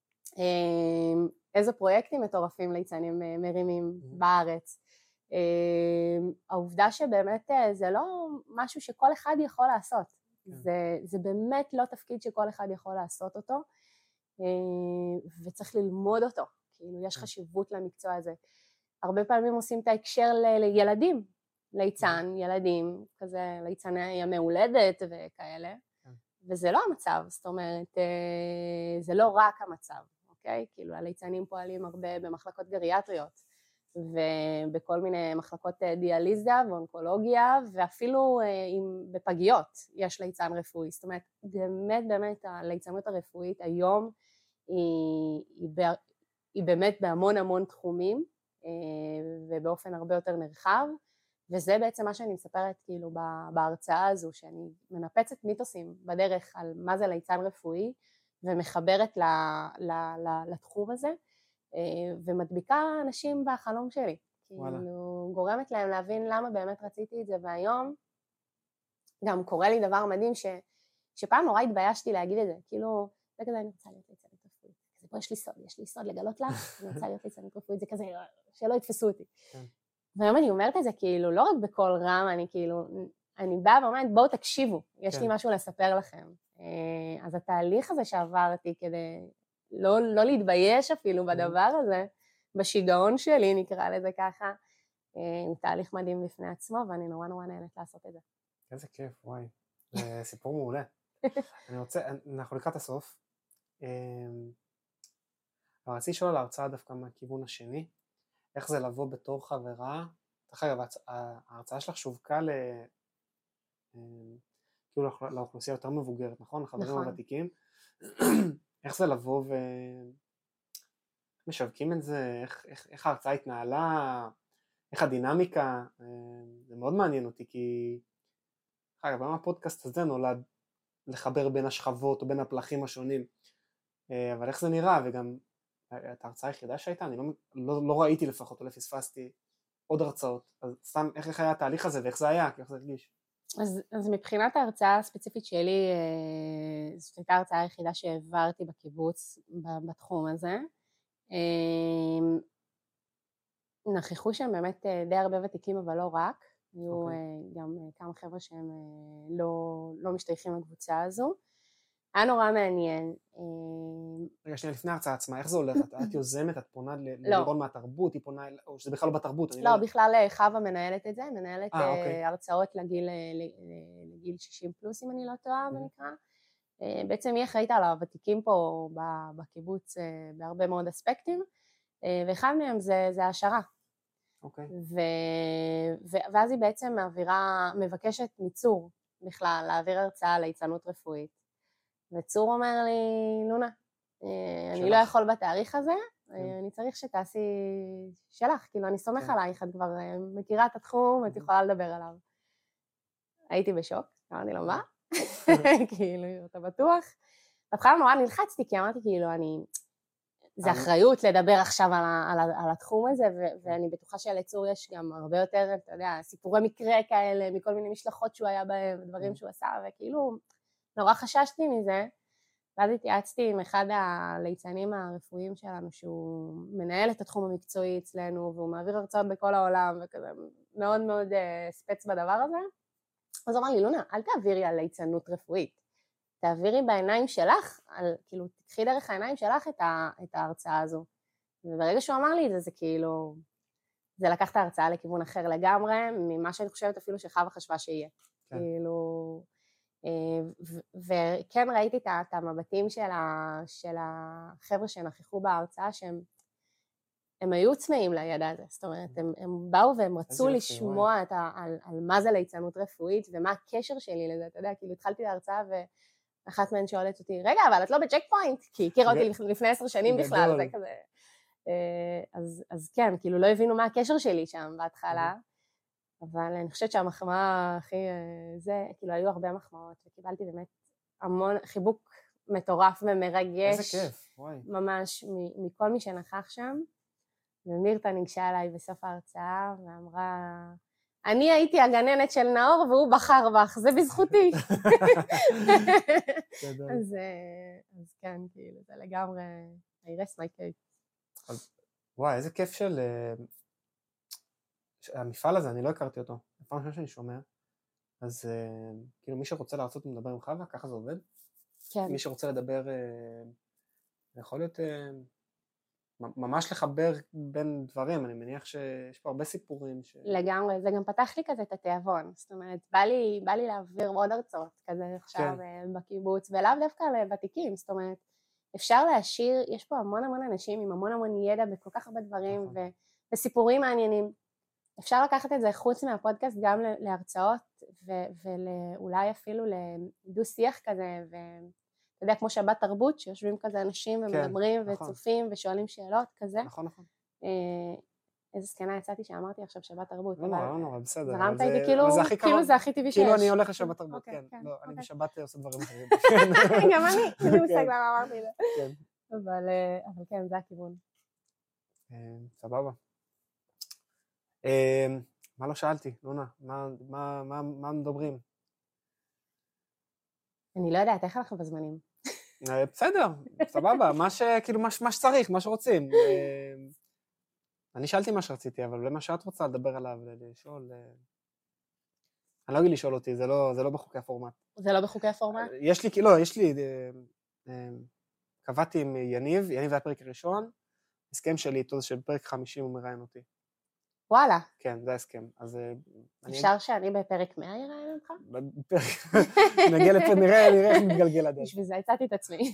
איזה פרויקטים מטורפים ליצנים מרימים בארץ, העובדה שבאמת זה לא משהו שכל אחד יכול לעשות, זה באמת לא תפקיד שכל אחד יכול לעשות אותו, וצריך ללמוד אותו, כאילו יש חשיבות למקצוע הזה. הרבה פעמים עושים את ההקשר לילדים, ליצן, ילדים, כזה ליצני ימי הולדת וכאלה, וזה לא המצב, זאת אומרת, זה לא רק המצב, אוקיי? כאילו הליצנים פועלים הרבה במחלקות גריאטריות, ובכל מיני מחלקות דיאליזה ואונקולוגיה, ואפילו בפגיות יש ליצן רפואי. זאת אומרת, באמת הליצנות הרפואית היום היא באמת בהמון תחומים, ובאופן הרבה יותר נרחב, וזה בעצם מה שאני מספרת כאילו בהרצאה הזו, שאני מנפצת מיתוסים בדרך על מה זה ליצן רפואי, ומחברת לתחום הזה, ומדביקה אנשים בחלום שלי. כאילו גורמת להם להבין למה באמת רציתי את זה, והיום גם קורה לי דבר מדהים שפעם נורא התביישתי להגיד את זה, כאילו, זה כזה אני רוצה להיות ליצנית רפואית, כזה פה יש לי סוד לגלות לך, אני רוצה להיות ליצנית רפואית, זה כזה שלא יתפסו אותי. והיום אני אומרת את זה כאילו, לא רק בקול רם, אני באה ואומרת, בואו תקשיבו, יש לי משהו לספר לכם. אז התהליך הזה שעברתי כדי לא להתבייש אפילו בדבר הזה, בשיגעון שלי נקרא לזה ככה, הוא תהליך מדהים בפני עצמו, ואני נורא נהנית לעשות את זה. איזה כיף, וואי, זה סיפור מעולה. אנחנו לקראת הסוף, אבל רציתי לשאול על ההרצאה דווקא מהכיוון השני, איך זה לבוא בתור חברה, דרך אגב, ההרצאה שלך שווקה כאילו לאוכלוסייה יותר מבוגרת, נכון? לחברים הוותיקים. איך זה לבוא ומשווקים את זה, איך ההרצאה התנהלה, איך הדינמיקה, זה מאוד מעניין אותי, כי אגב, גם הפודקאסט הזה נולד לחבר בין השכבות או בין הפלחים השונים, אבל איך זה נראה, וגם את ההרצאה היחידה שהייתה, אני לא ראיתי לפחות, או לא פספסתי עוד הרצאות, אז סתם איך היה התהליך הזה ואיך זה היה, איך זה הרגיש? אז מבחינת ההרצאה הספציפית שלי, זאת הייתה ההרצאה היחידה שהעברתי בקיבוץ בתחום הזה. נכחו שם באמת די הרבה ותיקים, אבל לא רק. היו גם כמה חבר'ה שהם לא משתייכים לקבוצה הזו. היה נורא מעניין. רגע, שנייה, לפני ההרצאה עצמה, איך זה הולך? את יוזמת, את פונה ללירון מהתרבות, היא פונה, או שזה בכלל לא בתרבות? לא, בכלל חווה מנהלת את זה, מנהלת הרצאות לגיל 60 פלוס, אם אני לא טועה, זה נקרא. בעצם היא אחראית על הוותיקים פה בקיבוץ בהרבה מאוד אספקטים, ואחד מהם זה העשרה. ואז היא בעצם מבקשת מצור בכלל, להעביר הרצאה על ליצנות רפואית. וצור אומר לי, לונה, אני לא יכול בתאריך הזה, אני צריך שתעשי שלך, כאילו אני סומך עלייך, את כבר מכירה את התחום, את יכולה לדבר עליו. הייתי בשוק, אמרתי לו, מה? כאילו, אתה בטוח? בהתחלה נורא נלחצתי, כי אמרתי, כאילו, זה אחריות לדבר עכשיו על התחום הזה, ואני בטוחה שלצור יש גם הרבה יותר, אתה יודע, סיפורי מקרה כאלה, מכל מיני משלחות שהוא היה בהם, ודברים שהוא עשה, וכאילו, נורא חששתי מזה, ואז התייעצתי עם אחד הליצנים הרפואיים שלנו, שהוא מנהל את התחום המקצועי אצלנו, והוא מעביר הרצאות בכל העולם, וכזה מאוד מאוד ספץ בדבר הזה. אז הוא אמר לי, לונה, אל תעבירי על ליצנות רפואית, תעבירי בעיניים שלך, כאילו, תקחי דרך העיניים שלך את ההרצאה הזו. וברגע שהוא אמר לי את זה, זה כאילו, זה לקח את ההרצאה לכיוון אחר לגמרי, ממה שאני חושבת אפילו שחווה חשבה שיהיה. כאילו, וכן ראיתי את המבטים של החבר'ה שנכחו בהרצאה, שהם היו צמאים לידע הזה, זאת אומרת, הם באו והם רצו לשמוע על מה זה ליצנות רפואית, ומה הקשר שלי לזה, אתה יודע, כאילו התחלתי להרצאה ואחת מהן שואלת אותי, רגע, אבל את לא בצ'ק פוינט, כי היא הכירה אותי לפני 10 שנים בכלל, זה כזה. אז כן, כאילו לא הבינו מה הקשר שלי שם בהתחלה, אבל אני חושבת שהמחמאה הכי, כאילו היו הרבה מחמאות, וקיבלתי באמת המון חיבוק מטורף ומרגש. איזה כיף, וואי. ממש, מכל מי שנכח שם, ומירתה ניגשה אליי בסוף ההרצאה, ואמרה, אני הייתי הגננת של נאור, והוא בחר בך, זה בזכותי. אז כן, כאילו, זה לגמרי, I rest my case. וואי, איזה כיף של... המפעל הזה, אני לא הכרתי אותו, הפעם ראשונה שאני שומע, אז כאילו מי שרוצה להרצות מדבר עם חווה, ככה זה עובד? כן. מי שרוצה לדבר, יכול להיות ממש לחבר בין דברים, אני מניח שיש פה הרבה סיפורים. לגמרי, זה גם פתח לי כזה את התיאבון, זאת אומרת, בא לי להעביר עוד הרצאות כזה עכשיו בקיבוץ, ולאו דווקא לוותיקים, זאת אומרת, אפשר להשאיר, יש פה המון אנשים עם המון ידע בכל כך הרבה דברים, וסיפורים מעניינים. אפשר לקחת את זה חוץ מהפודקאסט גם להרצאות, ואולי אפילו לדו שיח כזה, ואתה יודע, כמו שבת תרבות, שיושבים כזה אנשים ומדברים וצופים ושואלים שאלות כזה. נכון, נכון. איזה סקנה יצאתי שאמרתי עכשיו שבת תרבות. לא נורא, בסדר. זרמת איתי כאילו זה הכי טבעי שיש. כאילו אני הולך לשבת תרבות, כן. לא, אני בשבת עושה דברים אחרים. גם אני, אני מושג למה אמרתי זה. אבל כן, זה הכיוון. סבבה. מה לא שאלתי, לונה? מה מדברים? אני לא יודעת, איך אנחנו בזמנים? בסדר, סבבה, מה שצריך, מה שרוצים. אני שאלתי מה שרציתי, אבל אולי מה שאת רוצה לדבר עליו, לשאול... אני לא אגיד לשאול אותי, זה לא בחוקי הפורמט. זה לא בחוקי הפורמט? יש לי... קבעתי עם יניב זה הפרק הראשון, הסכם שלי איתו זה שבפרק 50 הוא מראיין אותי. וואלה. כן, זה ההסכם. אז... אפשר שאני בפרק 100 יראיין אותך? נגיע לפה, נראה איך מתגלגל עד. בשביל זה הצעתי את עצמי.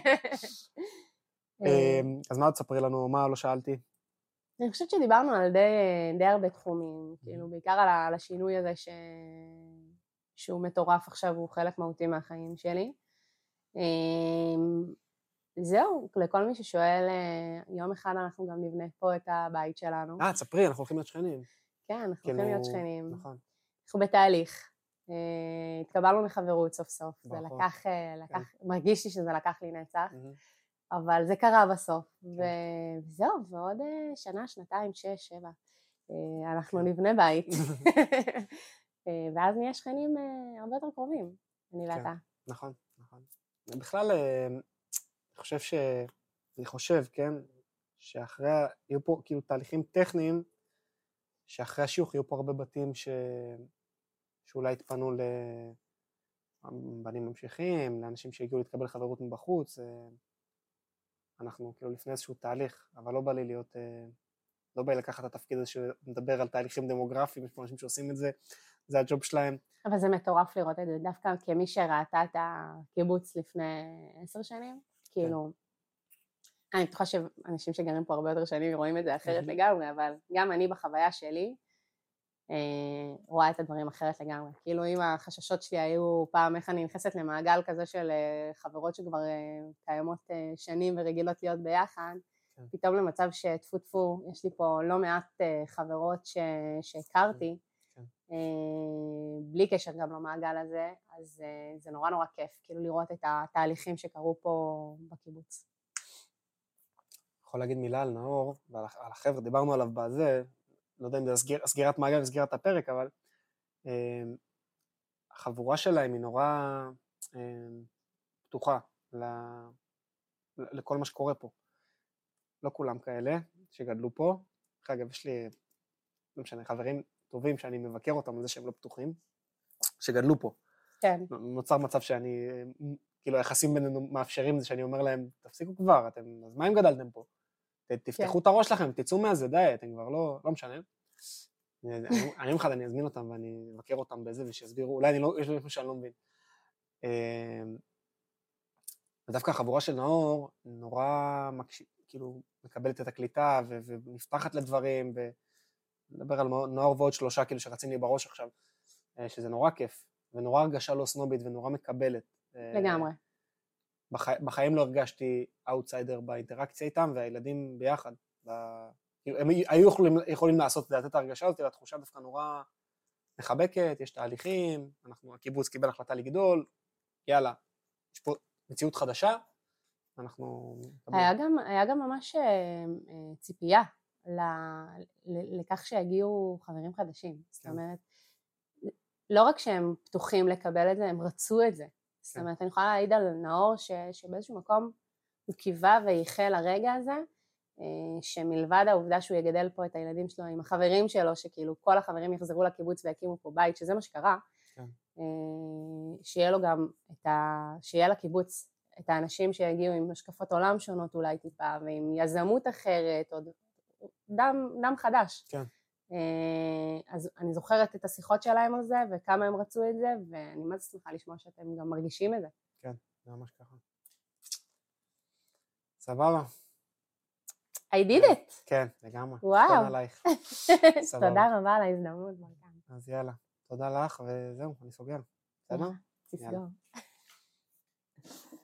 אז מה עוד תספרי לנו? מה לא שאלתי? אני חושבת שדיברנו על די הרבה תחומים, כאילו בעיקר על השינוי הזה שהוא מטורף עכשיו, הוא חלק מהותי מהחיים שלי. זהו, לכל מי ששואל, יום אחד אנחנו גם נבנה פה את הבית שלנו. תספרי, אנחנו הולכים להיות שכנים. כן, אנחנו הולכים להיות שכנים. נכון. אנחנו בתהליך. התקבלנו לחברות סוף סוף. זה לקח, מרגיש לי שזה לקח לי נצח, אבל זה קרה בסוף. וזהו, ועוד שנה, שנתיים, 6, 7, אנחנו נבנה בית. ואז נהיה שכנים הרבה יותר קרובים, אני ואתה. נכון, נכון. בכלל, אני חושב, כן, שאחרי, יהיו פה כאילו תהליכים טכניים, שאחרי השיוך יהיו פה הרבה בתים שאולי התפנו לבנים ממשיכים, לאנשים שהגיעו להתקבל חברות מבחוץ, אנחנו כאילו לפני איזשהו תהליך, אבל לא בא לי להיות, לא בא לי לקחת את התפקיד הזה שמדבר על תהליכים דמוגרפיים, יש פה אנשים שעושים את זה, זה הג'וב שלהם. אבל זה מטורף לראות את זה, דווקא כמי שראתה את הקיבוץ לפני 10 שנים, כאילו, אני בטוחה שאנשים שגרים פה הרבה יותר שנים רואים את זה אחרת לגמרי, אבל גם אני בחוויה שלי רואה את הדברים אחרת לגמרי. כאילו אם החששות שלי היו פעם איך אני נכנסת למעגל כזה של חברות שכבר קיימות שנים ורגילות להיות ביחד, פתאום למצב שטפו טפו, יש לי פה לא מעט חברות שהכרתי, בלי קשר גם למעגל הזה, אז זה נורא נורא כיף, כאילו לראות את התהליכים שקרו פה בקיבוץ. יכול להגיד מילה על נאור, ועל החבר'ה, דיברנו עליו בזה, לא יודע אם זה סגירת מעגל וסגירת הפרק, אבל החבורה שלהם היא נורא פתוחה לכל מה שקורה פה. לא כולם כאלה שגדלו פה, אגב יש לי, לא משנה, חברים טובים שאני מבקר אותם על זה שהם לא פתוחים, שגדלו פה. כן. נוצר מצב שאני, כאילו היחסים בינינו מאפשרים זה שאני אומר להם, תפסיקו כבר, אז מה אם גדלתם פה? תפתחו את הראש לכם, תצאו מהזה, די, אתם כבר לא משנה. אני אחד, אני אזמין אותם ואני אבקר אותם בזה ושיסבירו, אולי יש לי משהו שאני לא מבין. ודווקא החבורה של נאור נורא כאילו מקבלת את הקליטה ונפתחת לדברים, ונדבר על נאור ועוד 3 כאילו שרצים לי בראש עכשיו, שזה נורא כיף, ונורא הרגשה לא סנובית ונורא מקבלת. לגמרי. בחיים לא הרגשתי אאוטסיידר באינטראקציה איתם, והילדים ביחד. הם היו יכולים לעשות את ההרגשה הזאת, והתחושה דווקא נורא מחבקת, יש תהליכים, הקיבוץ קיבל החלטה לגדול, יאללה, יש פה מציאות חדשה, אנחנו... היה גם ממש ציפייה לכך שהגיעו חברים חדשים. זאת אומרת, לא רק שהם פתוחים לקבל את זה, הם רצו את זה. זאת אומרת, אני יכולה להעיד על נאור שבאיזשהו מקום הוא קיווה וייחל לרגע הזה, שמלבד העובדה שהוא יגדל פה את הילדים שלו עם החברים שלו, שכאילו כל החברים יחזרו לקיבוץ ויקימו פה בית, שזה מה שקרה, שיהיה לו גם שיהיה לקיבוץ את האנשים שיגיעו עם השקפות עולם שונות אולי טיפה, ועם יזמות אחרת, עוד דם חדש. כן. אז אני זוכרת את השיחות שלהם על זה, וכמה הם רצו את זה, ואני מאוד שמחה לשמוע שאתם גם מרגישים את זה. כן, זה ממש ככה. סבבה. I did it. כן, לגמרי. וואו. תודה עלייך. תודה רבה על ההזדמנות. אז יאללה, תודה לך, וזהו, אני סוגר. בסדר? תסגור.